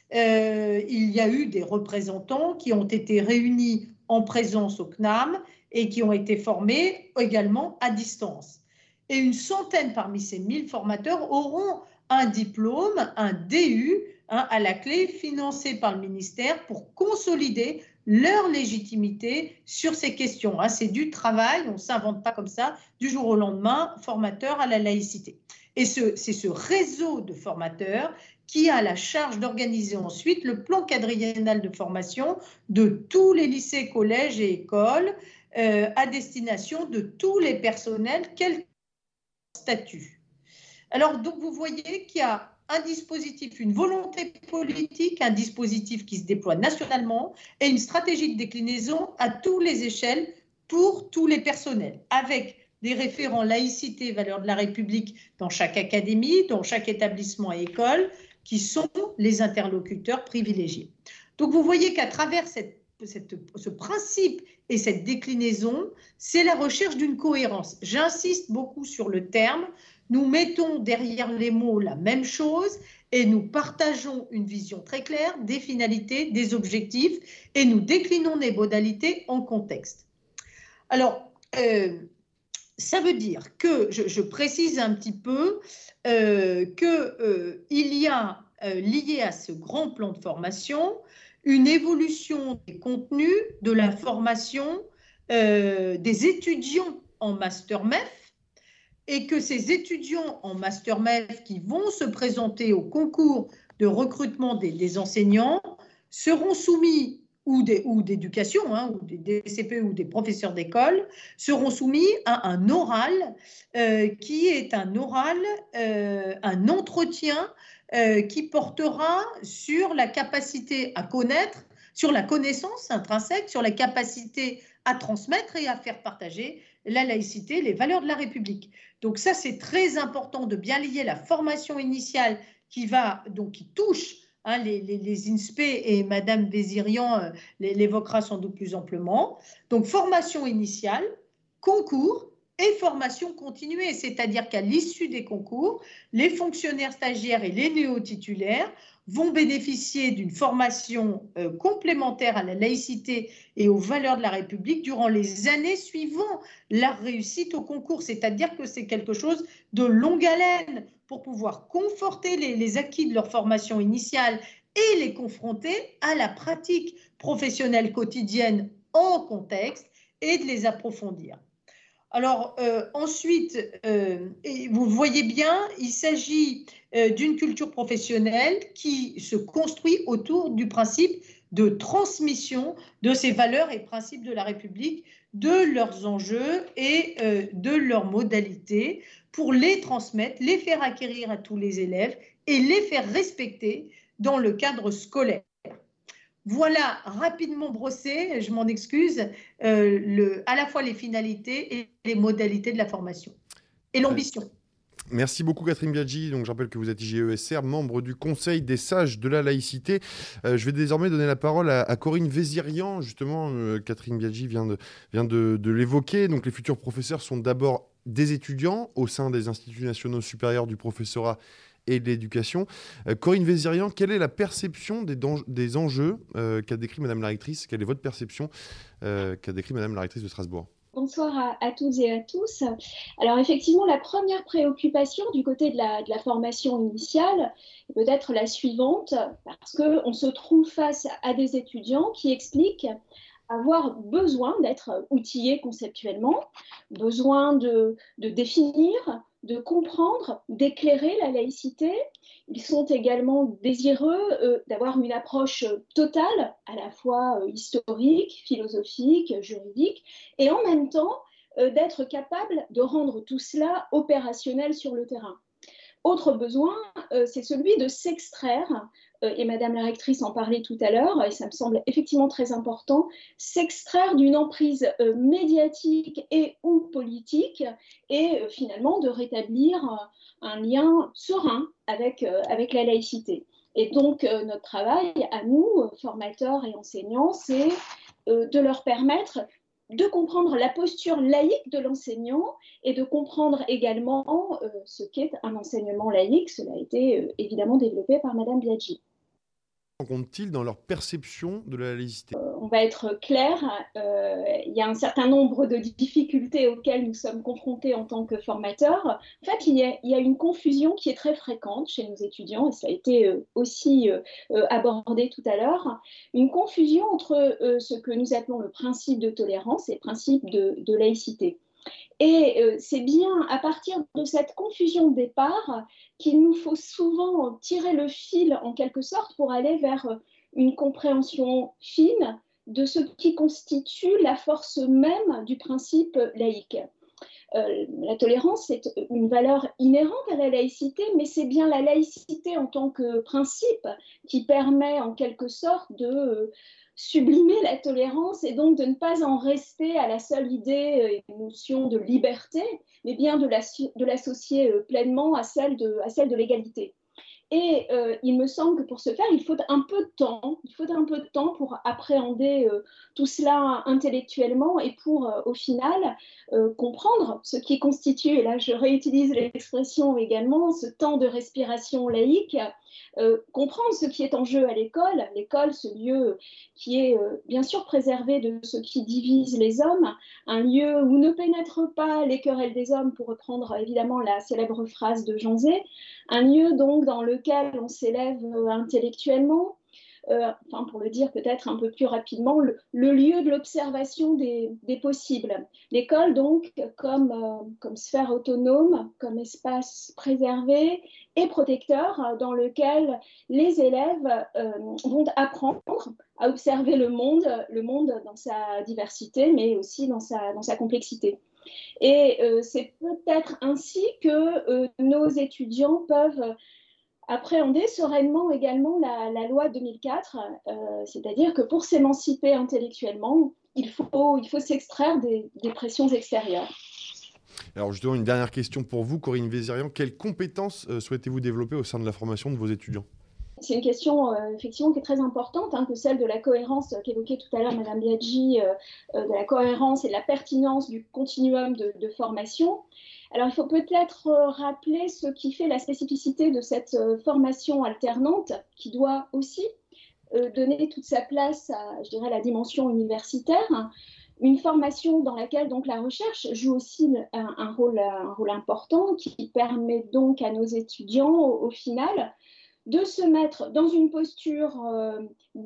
Il y a eu des représentants qui ont été réunis en présence au CNAM et qui ont été formés également à distance. Et une centaine parmi ces 1000 formateurs auront un diplôme, un DU, à la clé, financé par le ministère pour consolider leur légitimité sur ces questions. C'est du travail, on ne s'invente pas comme ça, du jour au lendemain, formateur à la laïcité. Et c'est ce réseau de formateurs qui a la charge d'organiser ensuite le plan quadriennal de formation de tous les lycées, collèges et écoles à destination de tous les personnels, quel statut. Alors, donc, vous voyez qu'il y a un dispositif, une volonté politique, un dispositif qui se déploie nationalement et une stratégie de déclinaison à toutes les échelles pour tous les personnels, avec des référents laïcité, valeurs de la République dans chaque académie, dans chaque établissement et école, qui sont les interlocuteurs privilégiés. Donc, vous voyez qu'à travers ce principe et cette déclinaison, c'est la recherche d'une cohérence. J'insiste beaucoup sur le terme. Nous mettons derrière les mots la même chose et nous partageons une vision très claire des finalités, des objectifs et nous déclinons les modalités en contexte. Alors, ça veut dire que, je précise un petit peu, qu'il y a lié à ce grand plan de formation une évolution des contenus de la formation des étudiants en Master MEF, et que ces étudiants en Master MEF qui vont se présenter au concours de recrutement des enseignants seront soumis, ou d'éducation, ou des DCPE ou des professeurs d'école, seront soumis à un oral qui est un oral, un entretien qui portera sur la capacité à connaître, sur la connaissance intrinsèque, sur la capacité à transmettre et à faire partager la laïcité, les valeurs de la République. Donc ça, c'est très important de bien lier la formation initiale qui touche les INSPE, et Madame Bézirian l'évoquera sans doute plus amplement. Donc formation initiale, concours et formation continuée, c'est-à-dire qu'à l'issue des concours, les fonctionnaires stagiaires et les néo-titulaires vont bénéficier d'une formation complémentaire à la laïcité et aux valeurs de la République durant les années suivant la réussite au concours. C'est-à-dire que c'est quelque chose de longue haleine pour pouvoir conforter les acquis de leur formation initiale et les confronter à la pratique professionnelle quotidienne en contexte et de les approfondir. Alors ensuite, et vous voyez bien, il s'agit d'une culture professionnelle qui se construit autour du principe de transmission de ces valeurs et principes de la République, de leurs enjeux et de leurs modalités pour les transmettre, les faire acquérir à tous les élèves et les faire respecter dans le cadre scolaire. Voilà, rapidement brossé, je m'en excuse, à la fois les finalités et les modalités de la formation et l'ambition. Merci beaucoup Catherine Biaggi. Donc, je rappelle que vous êtes IGESR, membre du Conseil des sages de la laïcité. Je vais désormais donner la parole à Corinne Vézirian. Justement, Catherine Biaggi vient de l'évoquer. Donc, les futurs professeurs sont d'abord des étudiants au sein des instituts nationaux supérieurs du professorat et de l'éducation. Corinne Vézirian, quelle est la perception des enjeux qu'a décrit Madame la rectrice? Quelle est votre perception qu'a décrit Madame la rectrice de Strasbourg? Bonsoir à toutes et à tous. Alors effectivement, la première préoccupation du côté de la formation initiale est peut-être la suivante, parce qu'on se trouve face à des étudiants qui expliquent avoir besoin d'être outillés conceptuellement, besoin de définir, de comprendre, d'éclairer la laïcité. Ils sont également désireux d'avoir une approche totale, à la fois historique, philosophique, juridique, et en même temps d'être capable de rendre tout cela opérationnel sur le terrain. Autre besoin, c'est celui de s'extraire, et Madame la rectrice en parlait tout à l'heure, et ça me semble effectivement très important, s'extraire d'une emprise médiatique et ou politique, et finalement de rétablir un lien serein avec la laïcité. Et donc notre travail à nous, formateurs et enseignants, c'est de leur permettre de comprendre la posture laïque de l'enseignant et de comprendre également ce qu'est un enseignement laïque. Cela a été évidemment développé par Madame Biaggi. Compte-t-il dans leur perception de la laïcité? On va être clair, il y a un certain nombre de difficultés auxquelles nous sommes confrontés en tant que formateurs. En fait, il y a une confusion qui est très fréquente chez nos étudiants, et ça a été aussi abordé tout à l'heure, une confusion entre ce que nous appelons le principe de tolérance et le principe de laïcité. Et c'est bien à partir de cette confusion de départ qu'il nous faut souvent tirer le fil en quelque sorte pour aller vers une compréhension fine de ce qui constitue la force même du principe laïque. La tolérance est une valeur inhérente à la laïcité, mais c'est bien la laïcité en tant que principe qui permet en quelque sorte de sublimer la tolérance et donc de ne pas en rester à la seule idée et notion de liberté, mais bien de l'associer pleinement à celle de l'égalité. Et il me semble que pour ce faire, il faut un peu de temps. Il faut un peu de temps pour appréhender tout cela intellectuellement et pour, au final, comprendre ce qui constitue, et là je réutilise l'expression également, ce temps de respiration laïque, comprendre ce qui est en jeu à l'école. L'école, ce lieu qui est bien sûr préservé de ce qui divise les hommes, un lieu où ne pénètrent pas les querelles des hommes, pour reprendre évidemment la célèbre phrase de Jean Zay, un lieu donc dans lequel on s'élève intellectuellement, enfin pour le dire peut-être un peu plus rapidement, le lieu de l'observation des possibles. L'école donc comme sphère autonome, comme espace préservé et protecteur dans lequel les élèves vont apprendre à observer le monde dans sa diversité, mais aussi dans sa complexité. Et c'est peut-être ainsi que nos étudiants peuvent appréhender sereinement également la loi 2004, c'est-à-dire que pour s'émanciper intellectuellement, il faut s'extraire des pressions extérieures. Alors justement, une dernière question pour vous, Corinne Vézirian. Quelles compétences souhaitez-vous développer au sein de la formation de vos étudiants? C'est une question effectivement qui est très importante, que celle de la cohérence qu'évoquait tout à l'heure Madame Biaggi, de la cohérence et de la pertinence du continuum de formation. Alors il faut peut-être rappeler ce qui fait la spécificité de cette formation alternante, qui doit aussi donner toute sa place à, je dirais, la dimension universitaire. Une formation dans laquelle donc la recherche joue aussi un rôle important, qui permet donc à nos étudiants au final de se mettre dans une posture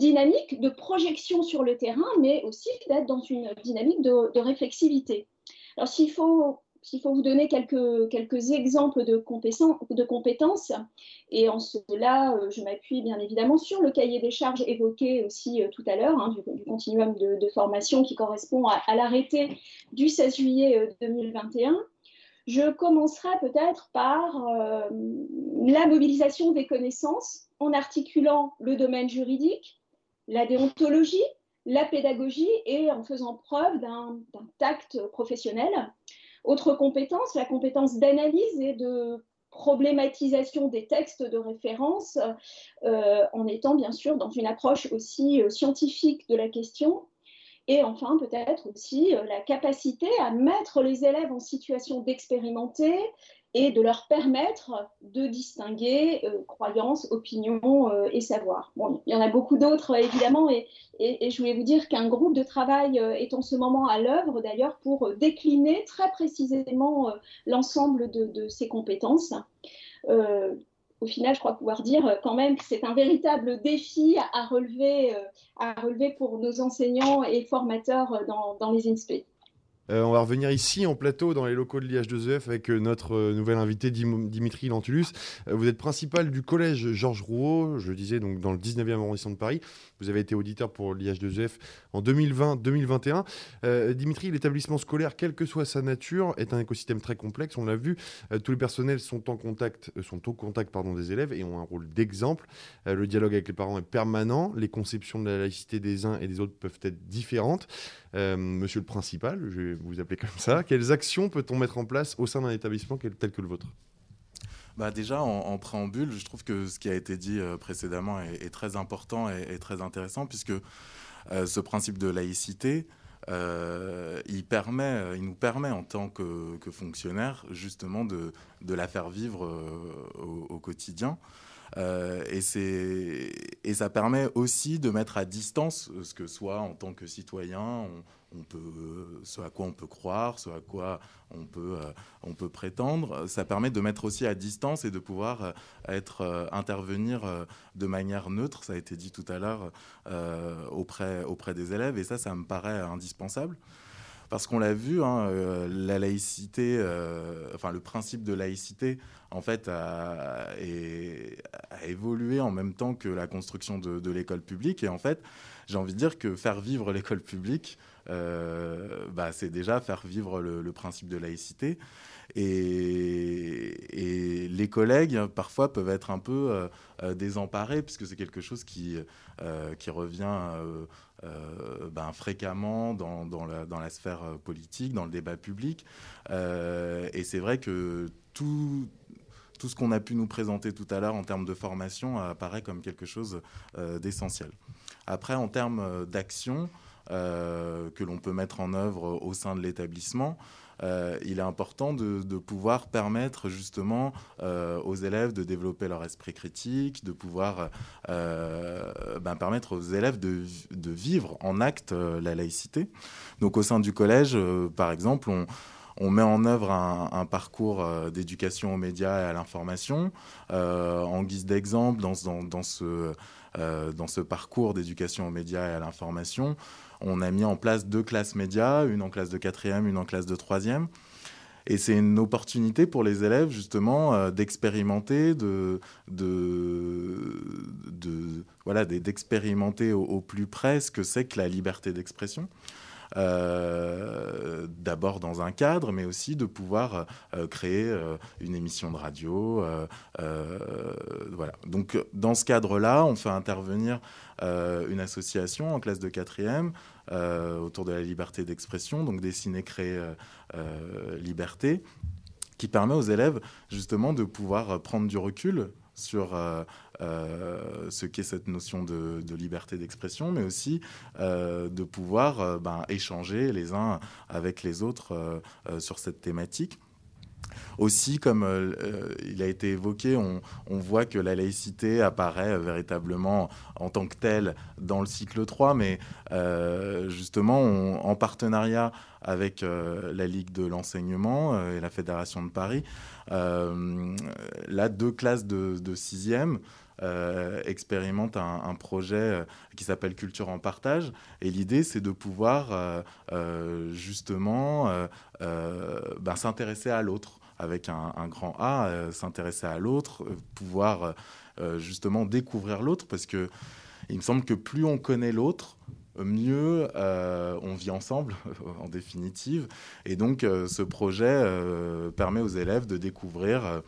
dynamique de projection sur le terrain, mais aussi d'être dans une dynamique de réflexivité. Alors, s'il faut vous donner quelques exemples de compétences, et en cela, je m'appuie bien évidemment sur le cahier des charges évoqué aussi tout à l'heure, du continuum de formation qui correspond à l'arrêté du 16 juillet 2021. Je commencerai peut-être par la mobilisation des connaissances en articulant le domaine juridique, la déontologie, la pédagogie et en faisant preuve d'un tact professionnel. Autre compétence, la compétence d'analyse et de problématisation des textes de référence en étant bien sûr dans une approche aussi scientifique de la question. Et enfin, peut-être aussi la capacité à mettre les élèves en situation d'expérimenter et de leur permettre de distinguer croyances, opinions et savoir. Bon, il y en a beaucoup d'autres, évidemment, et je voulais vous dire qu'un groupe de travail est en ce moment à l'œuvre, d'ailleurs, pour décliner très précisément l'ensemble de ces compétences. Au final, je crois pouvoir dire quand même que c'est un véritable défi à relever pour nos enseignants et formateurs dans les INSPE. On va revenir ici en plateau dans les locaux de l'IH2EF avec notre nouvel invité Dimitri Lentulus. Vous êtes principal du collège Georges Rouault, je le disais, donc dans le 19e arrondissement de Paris. Vous avez été auditeur pour l'IH2EF en 2020-2021. Dimitri, l'établissement scolaire, quelle que soit sa nature, est un écosystème très complexe. On l'a vu, tous les personnels sont au contact des élèves et ont un rôle d'exemple. Le dialogue avec les parents est permanent. Les conceptions de la laïcité des uns et des autres peuvent être différentes. Monsieur le principal, je vais vous appeler comme ça, quelles actions peut-on mettre en place au sein d'un établissement tel que le vôtre ? Déjà, en préambule, je trouve que ce qui a été dit précédemment est très important et très intéressant, puisque ce principe de laïcité, il nous permet en tant que fonctionnaires justement de la faire vivre au quotidien. Et ça permet aussi de mettre à distance ce que soit en tant que citoyen, ce à quoi on peut croire, ce à quoi on peut prétendre. Ça permet de mettre aussi à distance et de pouvoir intervenir de manière neutre, ça a été dit tout à l'heure, auprès des élèves. Et ça me paraît indispensable. Parce qu'on l'a vu, la laïcité, le principe de laïcité, en fait, a évolué en même temps que la construction de l'école publique. Et en fait, j'ai envie de dire que faire vivre l'école publique, c'est déjà faire vivre le principe de laïcité. Et les collègues, parfois, peuvent être un peu désemparés, puisque c'est quelque chose qui revient fréquemment dans la sphère politique, dans le débat public. Et c'est vrai que tout ce qu'on a pu nous présenter tout à l'heure en termes de formation apparaît comme quelque chose d'essentiel. Après, en termes d'action que l'on peut mettre en œuvre au sein de l'établissement, il est important de pouvoir permettre justement aux élèves de développer leur esprit critique, de pouvoir permettre aux élèves de vivre en acte la laïcité. Donc au sein du collège, par exemple, on met en œuvre un parcours d'éducation aux médias et à l'information. En guise d'exemple, dans ce parcours d'éducation aux médias et à l'information, on a mis en place 2 classes médias, une en classe de 4e, une en classe de 3e. Et c'est une opportunité pour les élèves, justement, d'expérimenter, d'expérimenter au plus près ce que c'est que la liberté d'expression. D'abord dans un cadre, mais aussi de pouvoir créer une émission de radio. Donc, dans ce cadre-là, on fait intervenir une association en classe de 4e autour de la liberté d'expression, donc Dessiner, Créer, Liberté, qui permet aux élèves, justement, de pouvoir prendre du recul sur ce qu'est cette notion de liberté d'expression, mais aussi de pouvoir échanger les uns avec les autres sur cette thématique. Aussi, comme il a été évoqué, on voit que la laïcité apparaît véritablement en tant que telle dans le cycle 3, mais justement, en partenariat avec la Ligue de l'enseignement et la Fédération de Paris, là, 2 classes de 6e expérimente un projet qui s'appelle Culture en partage. Et l'idée, c'est de pouvoir justement s'intéresser à l'autre avec un grand A, s'intéresser à l'autre, pouvoir justement découvrir l'autre, parce que il me semble que plus on connaît l'autre, mieux on vit ensemble, en définitive. Et donc, ce projet permet aux élèves de découvrir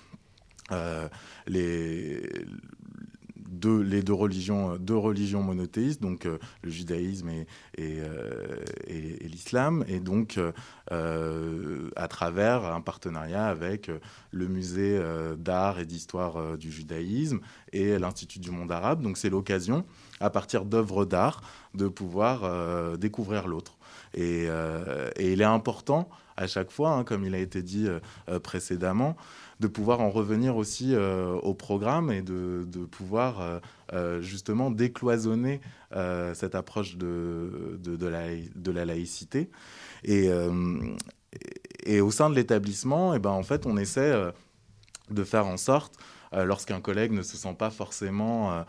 les deux religions monothéistes, donc le judaïsme et l'islam, et donc à travers un partenariat avec le musée d'art et d'histoire du judaïsme et l'Institut du monde arabe. Donc c'est l'occasion, à partir d'œuvres d'art, de pouvoir découvrir l'autre. Et il est important à chaque fois, comme il a été dit précédemment, de pouvoir en revenir aussi au programme et de pouvoir justement décloisonner cette approche de la laïcité. Et au sein de l'établissement, en fait, on essaie de faire en sorte, lorsqu'un collègue ne se sent pas forcément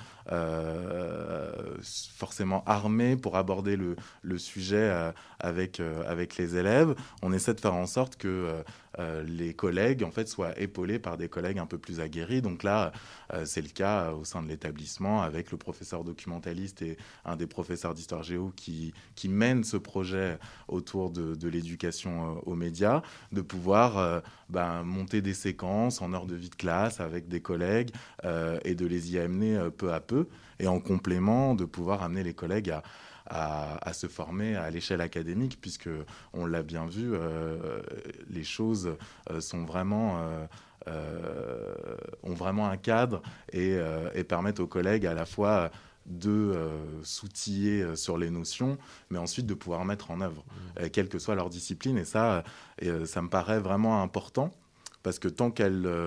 armé pour aborder le sujet avec les élèves, on essaie de faire en sorte que les collègues en fait soient épaulés par des collègues un peu plus aguerris. Donc là, c'est le cas au sein de l'établissement avec le professeur documentaliste et un des professeurs d'histoire géo qui mène ce projet autour de l'éducation aux médias, de pouvoir monter des séquences en heure de vie de classe avec des collègues et de les y amener peu à peu, et en complément de pouvoir amener les collègues à se former à l'échelle académique, puisque on l'a bien vu, les choses sont vraiment ont vraiment un cadre et permettent aux collègues à la fois de s'outiller sur les notions, mais ensuite de pouvoir mettre en œuvre, quelle que soit leur discipline. Et ça me paraît vraiment important, parce que tant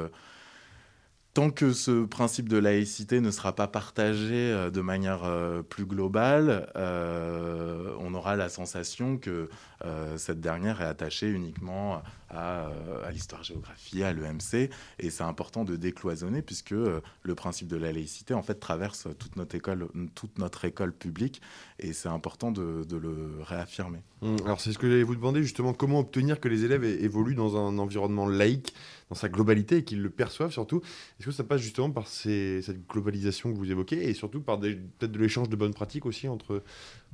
que ce principe de laïcité ne sera pas partagé de manière plus globale, on aura la sensation que cette dernière est attachée uniquement à l'histoire-géographie, à l'EMC, et c'est important de décloisonner, puisque le principe de la laïcité en fait traverse toute notre école publique, et c'est important de le réaffirmer. Alors c'est ce que j'allais vous demander, justement, comment obtenir que les élèves évoluent dans un environnement laïque, dans sa globalité, et qu'ils le perçoivent surtout. Est-ce que ça passe justement par cette globalisation que vous évoquez, et surtout par peut-être de l'échange de bonnes pratiques aussi entre professeurs ?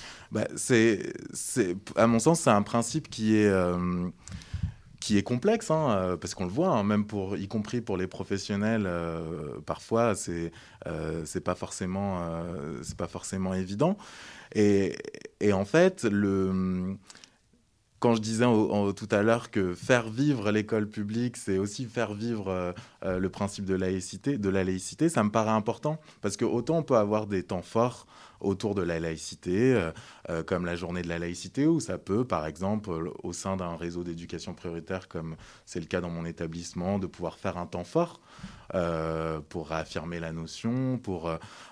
À mon sens, c'est un principe qui est complexe, parce qu'on le voit, même y compris pour les professionnels, parfois c'est pas forcément évident. Et en fait, quand je disais tout à l'heure que faire vivre l'école publique, c'est aussi faire vivre le principe de la laïcité, ça me paraît important, parce que autant on peut avoir des temps forts autour de la laïcité, comme la journée de la laïcité, où ça peut, par exemple, au sein d'un réseau d'éducation prioritaire, comme c'est le cas dans mon établissement, de pouvoir faire un temps fort pour réaffirmer la notion, pour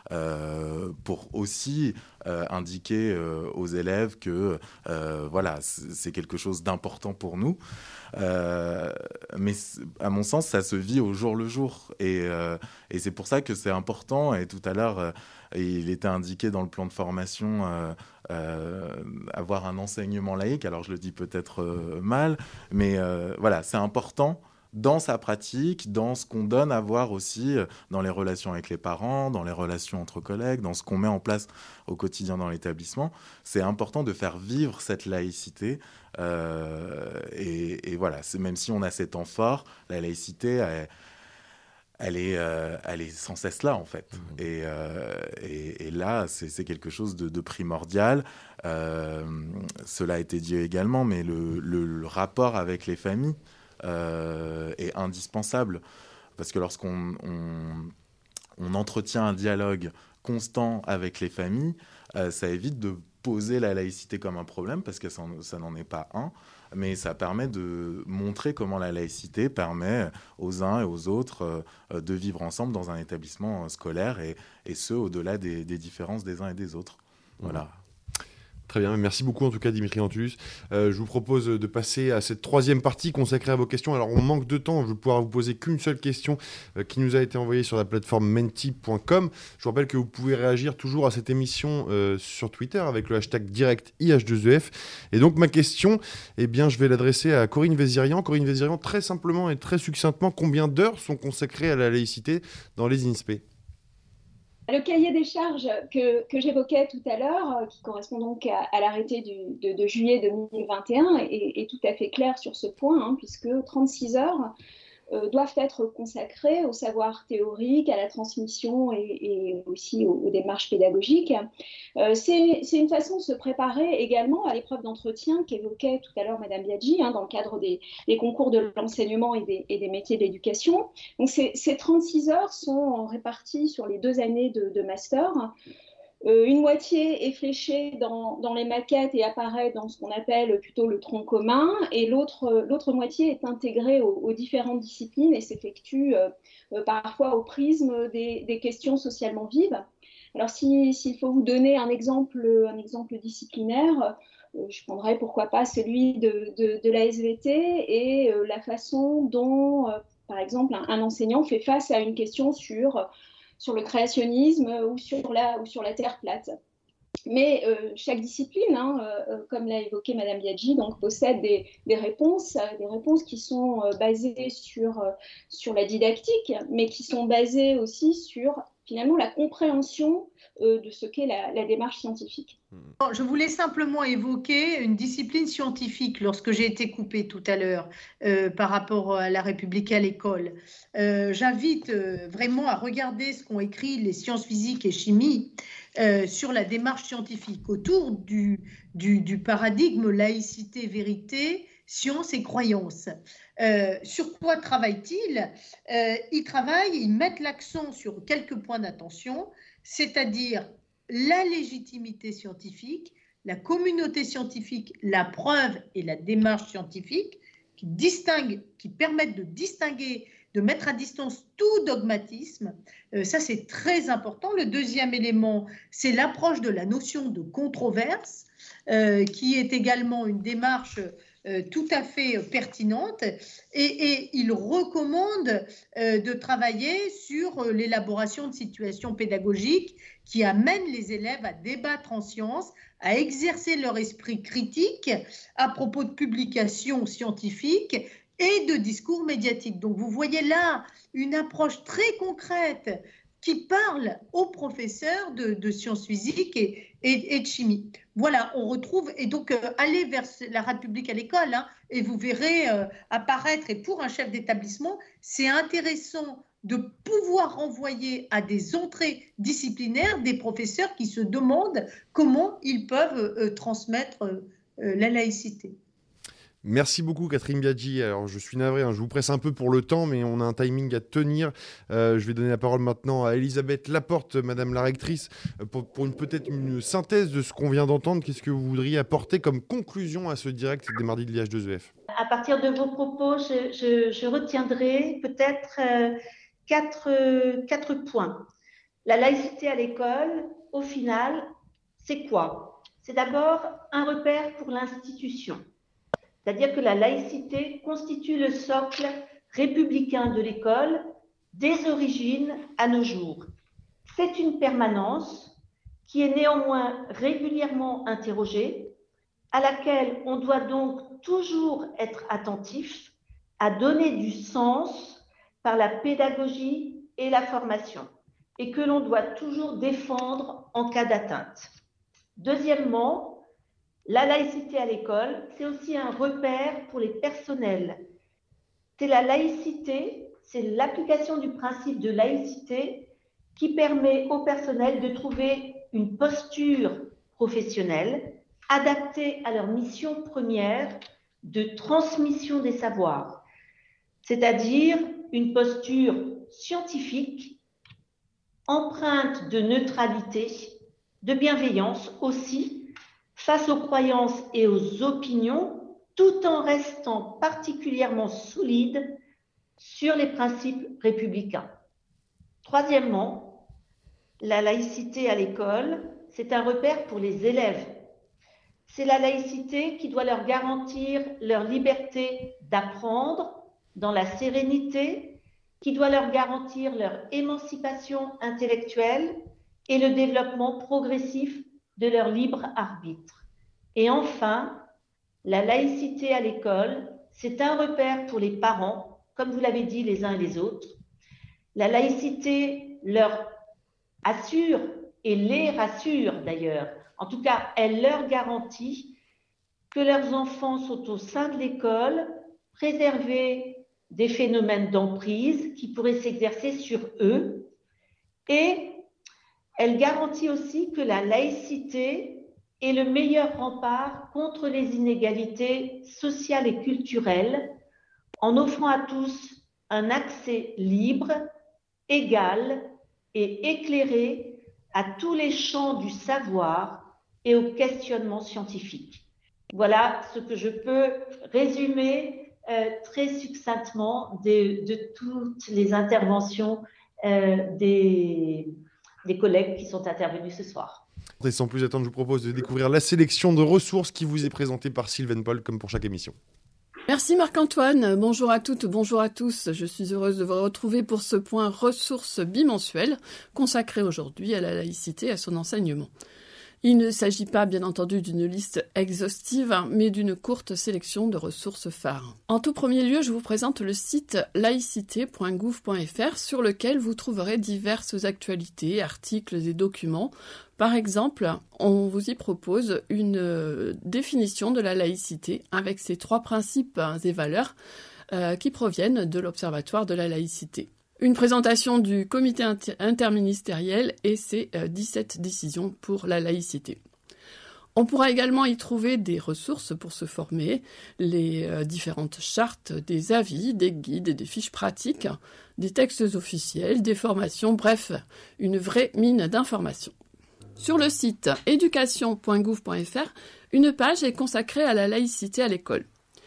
aussi indiquer aux élèves que c'est quelque chose d'important pour nous. Mais à mon sens, ça se vit au jour le jour, et c'est pour ça que c'est important. Et tout à l'heure, il était indiqué dans le plan de formation avoir un enseignement laïque. Alors je le dis peut-être mal, mais c'est important dans sa pratique, dans ce qu'on donne à voir aussi dans les relations avec les parents, dans les relations entre collègues, dans ce qu'on met en place au quotidien dans l'établissement. C'est important de faire vivre cette laïcité. Et voilà, même si on a ces temps forts, la laïcité, elle est sans cesse là, en fait. Et là, c'est quelque chose de primordial. Cela a été dit également, mais le rapport avec les familles est indispensable, parce que lorsqu'on entretient un dialogue constant avec les familles, ça évite de poser la laïcité comme un problème, parce que ça n'en est pas un, mais ça permet de montrer comment la laïcité permet aux uns et aux autres de vivre ensemble dans un établissement scolaire, et ce, au-delà des différences des uns et des autres. Voilà. Très bien, merci beaucoup en tout cas Dimitri Antulus. Je vous propose de passer à cette troisième partie consacrée à vos questions. Alors on manque de temps, je vais pouvoir vous poser qu'une seule question qui nous a été envoyée sur la plateforme menti.com. Je vous rappelle que vous pouvez réagir toujours à cette émission sur Twitter avec le hashtag direct IH2EF. Et donc ma question, eh bien, je vais l'adresser à Corinne Vézirian. Corinne Vézirian, très simplement et très succinctement, combien d'heures sont consacrées à la laïcité dans les INSPE ? Le cahier des charges que j'évoquais tout à l'heure, qui correspond donc à l'arrêté de juillet 2021, est tout à fait clair sur ce point, hein, puisque 36 heures doivent être consacrées au savoir théorique, à la transmission et aussi aux démarches pédagogiques. C'est une façon de se préparer également à l'épreuve d'entretien qu'évoquait tout à l'heure Madame Biaggi, hein, dans le cadre des concours de l'enseignement et des métiers de l'éducation. Donc ces 36 heures sont réparties sur les 2 années de master. Une moitié est fléchée dans les maquettes et apparaît dans ce qu'on appelle plutôt le tronc commun, et l'autre moitié est intégrée aux différentes disciplines et s'effectue parfois au prisme des questions socialement vives. Alors s'il faut vous donner un exemple disciplinaire, je prendrais pourquoi pas celui de la SVT et la façon dont, par exemple, un enseignant fait face à une question sur le créationnisme ou sur la Terre plate. Mais chaque discipline, comme l'a évoqué Madame Biaggi, donc, possède des réponses qui sont basées sur la didactique, mais qui sont basées aussi sur finalement la compréhension de ce qu'est la démarche scientifique. Je voulais simplement évoquer une discipline scientifique lorsque j'ai été coupée tout à l'heure par rapport à la République à l'école. J'invite vraiment à regarder ce qu'ont écrit les sciences physiques et chimie sur la démarche scientifique autour du paradigme laïcité, vérité, science et croyance. Sur quoi travaillent-ils ? Ils mettent l'accent sur quelques points d'attention, c'est-à-dire la légitimité scientifique, la communauté scientifique, la preuve et la démarche scientifique qui permettent de distinguer, de mettre à distance tout dogmatisme. Ça, c'est très important. Le deuxième élément, c'est l'approche de la notion de controverse, qui est également une démarche tout à fait pertinente, et il recommande de travailler sur l'élaboration de situations pédagogiques qui amènent les élèves à débattre en sciences, à exercer leur esprit critique à propos de publications scientifiques et de discours médiatiques. Donc vous voyez là une approche très concrète qui parle aux professeurs de sciences physiques et de chimie. Voilà, on retrouve, et donc allez vers la République à l'école, hein, et vous verrez apparaître, et pour un chef d'établissement, c'est intéressant de pouvoir renvoyer à des entrées disciplinaires des professeurs qui se demandent comment ils peuvent transmettre la laïcité. Merci beaucoup Catherine Biaggi. Alors je suis navré, je vous presse un peu pour le temps, mais on a un timing à tenir. Je vais donner la parole maintenant à Elisabeth Laporte, Madame la rectrice, pour peut-être une synthèse de ce qu'on vient d'entendre. Qu'est-ce que vous voudriez apporter comme conclusion à ce direct des mardis de l'IH2EF ? À partir de vos propos, je retiendrai peut-être quatre points. La laïcité à l'école, au final, c'est quoi ? C'est d'abord un repère pour l'institution. C'est-à-dire que la laïcité constitue le socle républicain de l'école des origines à nos jours. C'est une permanence qui est néanmoins régulièrement interrogée, à laquelle on doit donc toujours être attentif à donner du sens par la pédagogie et la formation, et que l'on doit toujours défendre en cas d'atteinte. Deuxièmement, la laïcité à l'école, c'est aussi un repère pour les personnels. C'est la laïcité, c'est l'application du principe de laïcité qui permet au personnel de trouver une posture professionnelle adaptée à leur mission première de transmission des savoirs, c'est-à-dire une posture scientifique, empreinte de neutralité, de bienveillance aussi, face aux croyances et aux opinions, tout en restant particulièrement solide sur les principes républicains. Troisièmement, la laïcité à l'école, c'est un repère pour les élèves. c'est la laïcité qui doit leur garantir leur liberté d'apprendre dans la sérénité, qui doit leur garantir leur émancipation intellectuelle et le développement progressif de leur libre arbitre. Et enfin, la laïcité à l'école, c'est un repère pour les parents, comme vous l'avez dit les uns et les autres. La laïcité leur assure et les rassure d'ailleurs. En tout cas, elle leur garantit que leurs enfants sont au sein de l'école, préservés des phénomènes d'emprise qui pourraient s'exercer sur eux. Et elle garantit aussi que la laïcité est le meilleur rempart contre les inégalités sociales et culturelles, en offrant à tous un accès libre, égal et éclairé à tous les champs du savoir et au questionnement scientifique. Voilà ce que je peux résumer très succinctement de toutes les interventions des collègues qui sont intervenus ce soir. Et sans plus attendre, je vous propose de découvrir la sélection de ressources qui vous est présentée par Sylvaine Paul, comme pour chaque émission. Merci Marc-Antoine, bonjour à toutes, bonjour à tous. Je suis heureuse de vous retrouver pour ce point ressources bimensuel consacré aujourd'hui à la laïcité et à son enseignement. Il ne s'agit pas, bien entendu, d'une liste exhaustive, mais d'une courte sélection de ressources phares. En tout premier lieu, je vous présente le site laïcité.gouv.fr sur lequel vous trouverez diverses actualités, articles et documents. Par exemple, on vous y propose une définition de la laïcité avec ses 3 principes et valeurs qui proviennent de l'Observatoire de la laïcité. Une présentation du comité interministériel et ses 17 décisions pour la laïcité. On pourra également y trouver des ressources pour se former, les différentes chartes, des avis, des guides et des fiches pratiques, des textes officiels, des formations, bref, une vraie mine d'informations. Sur le site éducation.gouv.fr, une page est consacrée à la laïcité à l'école.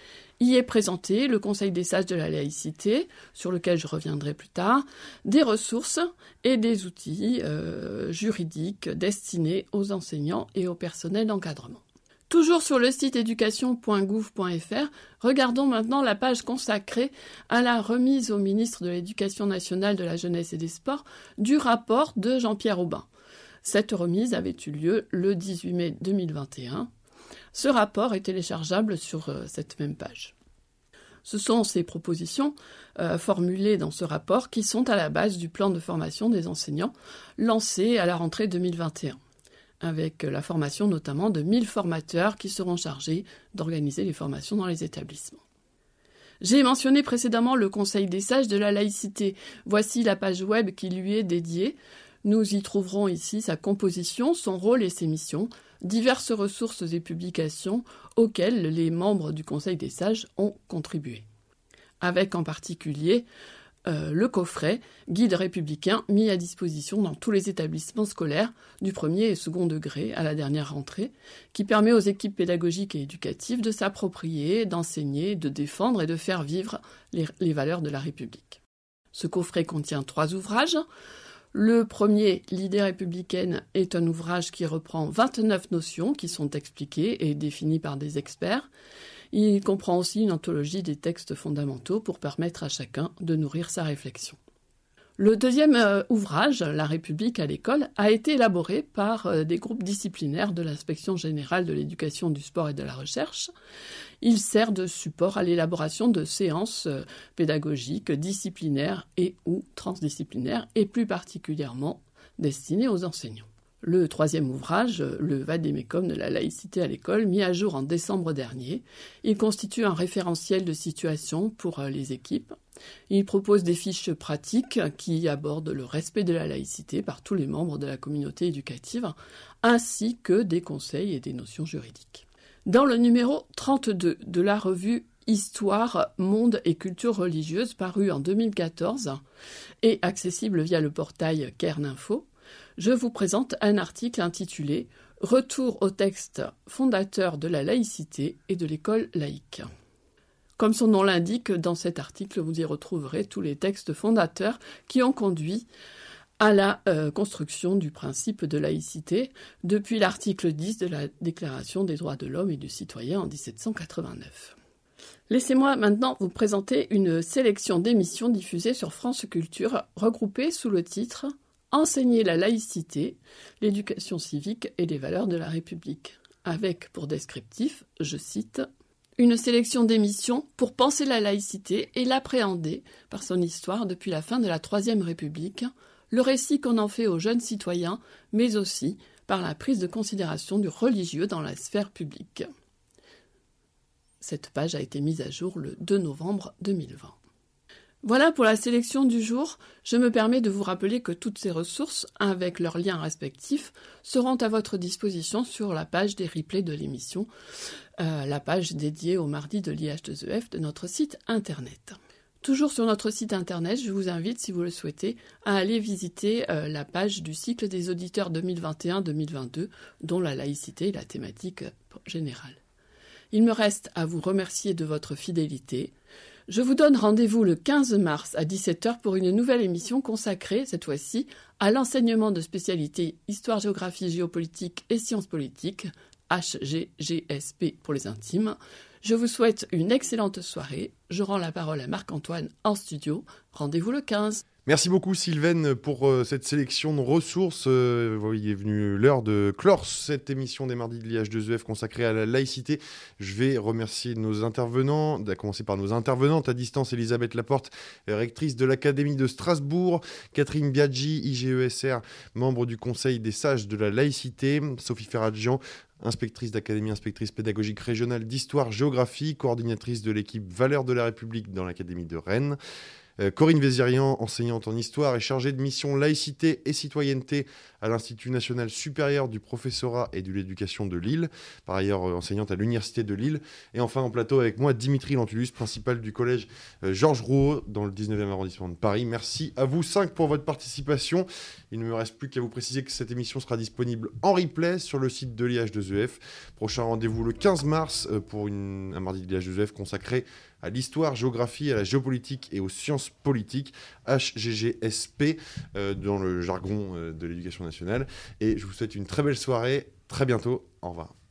Y est présenté le Conseil des sages de la laïcité, sur lequel je reviendrai plus tard, des ressources et des outils juridiques destinés aux enseignants et au personnel d'encadrement. Toujours sur le site éducation.gouv.fr, regardons maintenant la page consacrée à la remise au ministre de l'Éducation nationale, de la jeunesse et des sports du rapport de Jean-Pierre Aubin. Cette remise avait eu lieu le 18 mai 2021. Ce rapport est téléchargeable sur cette même page. Ce sont ces propositions formulées dans ce rapport qui sont à la base du plan de formation des enseignants lancé à la rentrée 2021, avec la formation notamment de 1000 formateurs qui seront chargés d'organiser les formations dans les établissements. J'ai mentionné précédemment le Conseil des sages de la laïcité. Voici la page web qui lui est dédiée. Nous y trouverons ici sa composition, son rôle et ses missions, diverses ressources et publications auxquelles les membres du Conseil des sages ont contribué. Avec en particulier le coffret « Guide républicain » mis à disposition dans tous les établissements scolaires du premier et second degré à la dernière rentrée, qui permet aux équipes pédagogiques et éducatives de s'approprier, d'enseigner, de défendre et de faire vivre les valeurs de la République. Ce coffret contient 3 ouvrages. Le premier, L'idée républicaine, est un ouvrage qui reprend 29 notions qui sont expliquées et définies par des experts. Il comprend aussi une anthologie des textes fondamentaux pour permettre à chacun de nourrir sa réflexion. Le deuxième ouvrage, La République à l'école, a été élaboré par des groupes disciplinaires de l'Inspection générale de l'éducation, du sport et de la recherche. Il sert de support à l'élaboration de séances pédagogiques, disciplinaires et ou transdisciplinaires, et plus particulièrement destinées aux enseignants. Le troisième ouvrage, le Vade-mecum de la laïcité à l'école, mis à jour en décembre dernier, il constitue un référentiel de situation pour les équipes. Il propose des fiches pratiques qui abordent le respect de la laïcité par tous les membres de la communauté éducative, ainsi que des conseils et des notions juridiques. Dans le numéro 32 de la revue Histoire, Monde et Culture religieuse, paru en 2014 et accessible via le portail Cairn-Info, je vous présente un article intitulé « Retour au texte fondateur de la laïcité et de l'école laïque ». Comme son nom l'indique, dans cet article, vous y retrouverez tous les textes fondateurs qui ont conduit à la construction du principe de laïcité depuis l'article 10 de la Déclaration des droits de l'homme et du citoyen en 1789. Laissez-moi maintenant vous présenter une sélection d'émissions diffusées sur France Culture, regroupées sous le titre « Enseigner la laïcité, l'éducation civique et les valeurs de la République », avec pour descriptif, je cite, « Une sélection d'émissions pour penser la laïcité et l'appréhender par son histoire depuis la fin de la Troisième République, le récit qu'on en fait aux jeunes citoyens, mais aussi par la prise de considération du religieux dans la sphère publique. » Cette page a été mise à jour le 2 novembre 2020. Voilà pour la sélection du jour. Je me permets de vous rappeler que toutes ces ressources, avec leurs liens respectifs, seront à votre disposition sur la page des replays de l'émission, la page dédiée au mardi de l'IH2EF de notre site internet. Toujours sur notre site internet, je vous invite, si vous le souhaitez, à aller visiter la page du cycle des auditeurs 2021-2022, dont la laïcité est la thématique générale. Il me reste à vous remercier de votre fidélité. Je vous donne rendez-vous le 15 mars à 17h pour une nouvelle émission consacrée, cette fois-ci, à l'enseignement de spécialités Histoire, Géographie, Géopolitique et Sciences politiques, HGGSP pour les intimes. Je vous souhaite une excellente soirée. Je rends la parole à Marc-Antoine en studio. Rendez-vous le 15. Merci beaucoup Sylvaine pour cette sélection de ressources. Il est venu l'heure de clore cette émission des mardis de l'IH2EF consacrée à la laïcité. Je vais remercier nos intervenants, à commencer par nos intervenantes à distance, Elisabeth Laporte, rectrice de l'Académie de Strasbourg, Catherine Biaggi, IGESR, membre du Conseil des sages de la laïcité, Sophie Ferradjian, inspectrice d'académie, inspectrice pédagogique régionale d'histoire-géographie, coordinatrice de l'équipe Valeurs de la République dans l'Académie de Rennes. Corinne Vézirian, enseignante en histoire et chargée de mission laïcité et citoyenneté à l'Institut national supérieur du professorat et de l'éducation de Lille, par ailleurs enseignante à l'Université de Lille. Et enfin en plateau avec moi, Dimitri Lentulus, principal du collège Georges Rouault dans le 19e arrondissement de Paris. Merci à vous 5 pour votre participation. Il ne me reste plus qu'à vous préciser que cette émission sera disponible en replay sur le site de l'IH2EF. Prochain rendez-vous le 15 mars pour un mardi de l'IH2EF consacré à l'histoire, géographie, à la géopolitique et aux sciences politiques, HGGSP, dans le jargon de l'éducation nationale. Et je vous souhaite une très belle soirée. Très bientôt. Au revoir.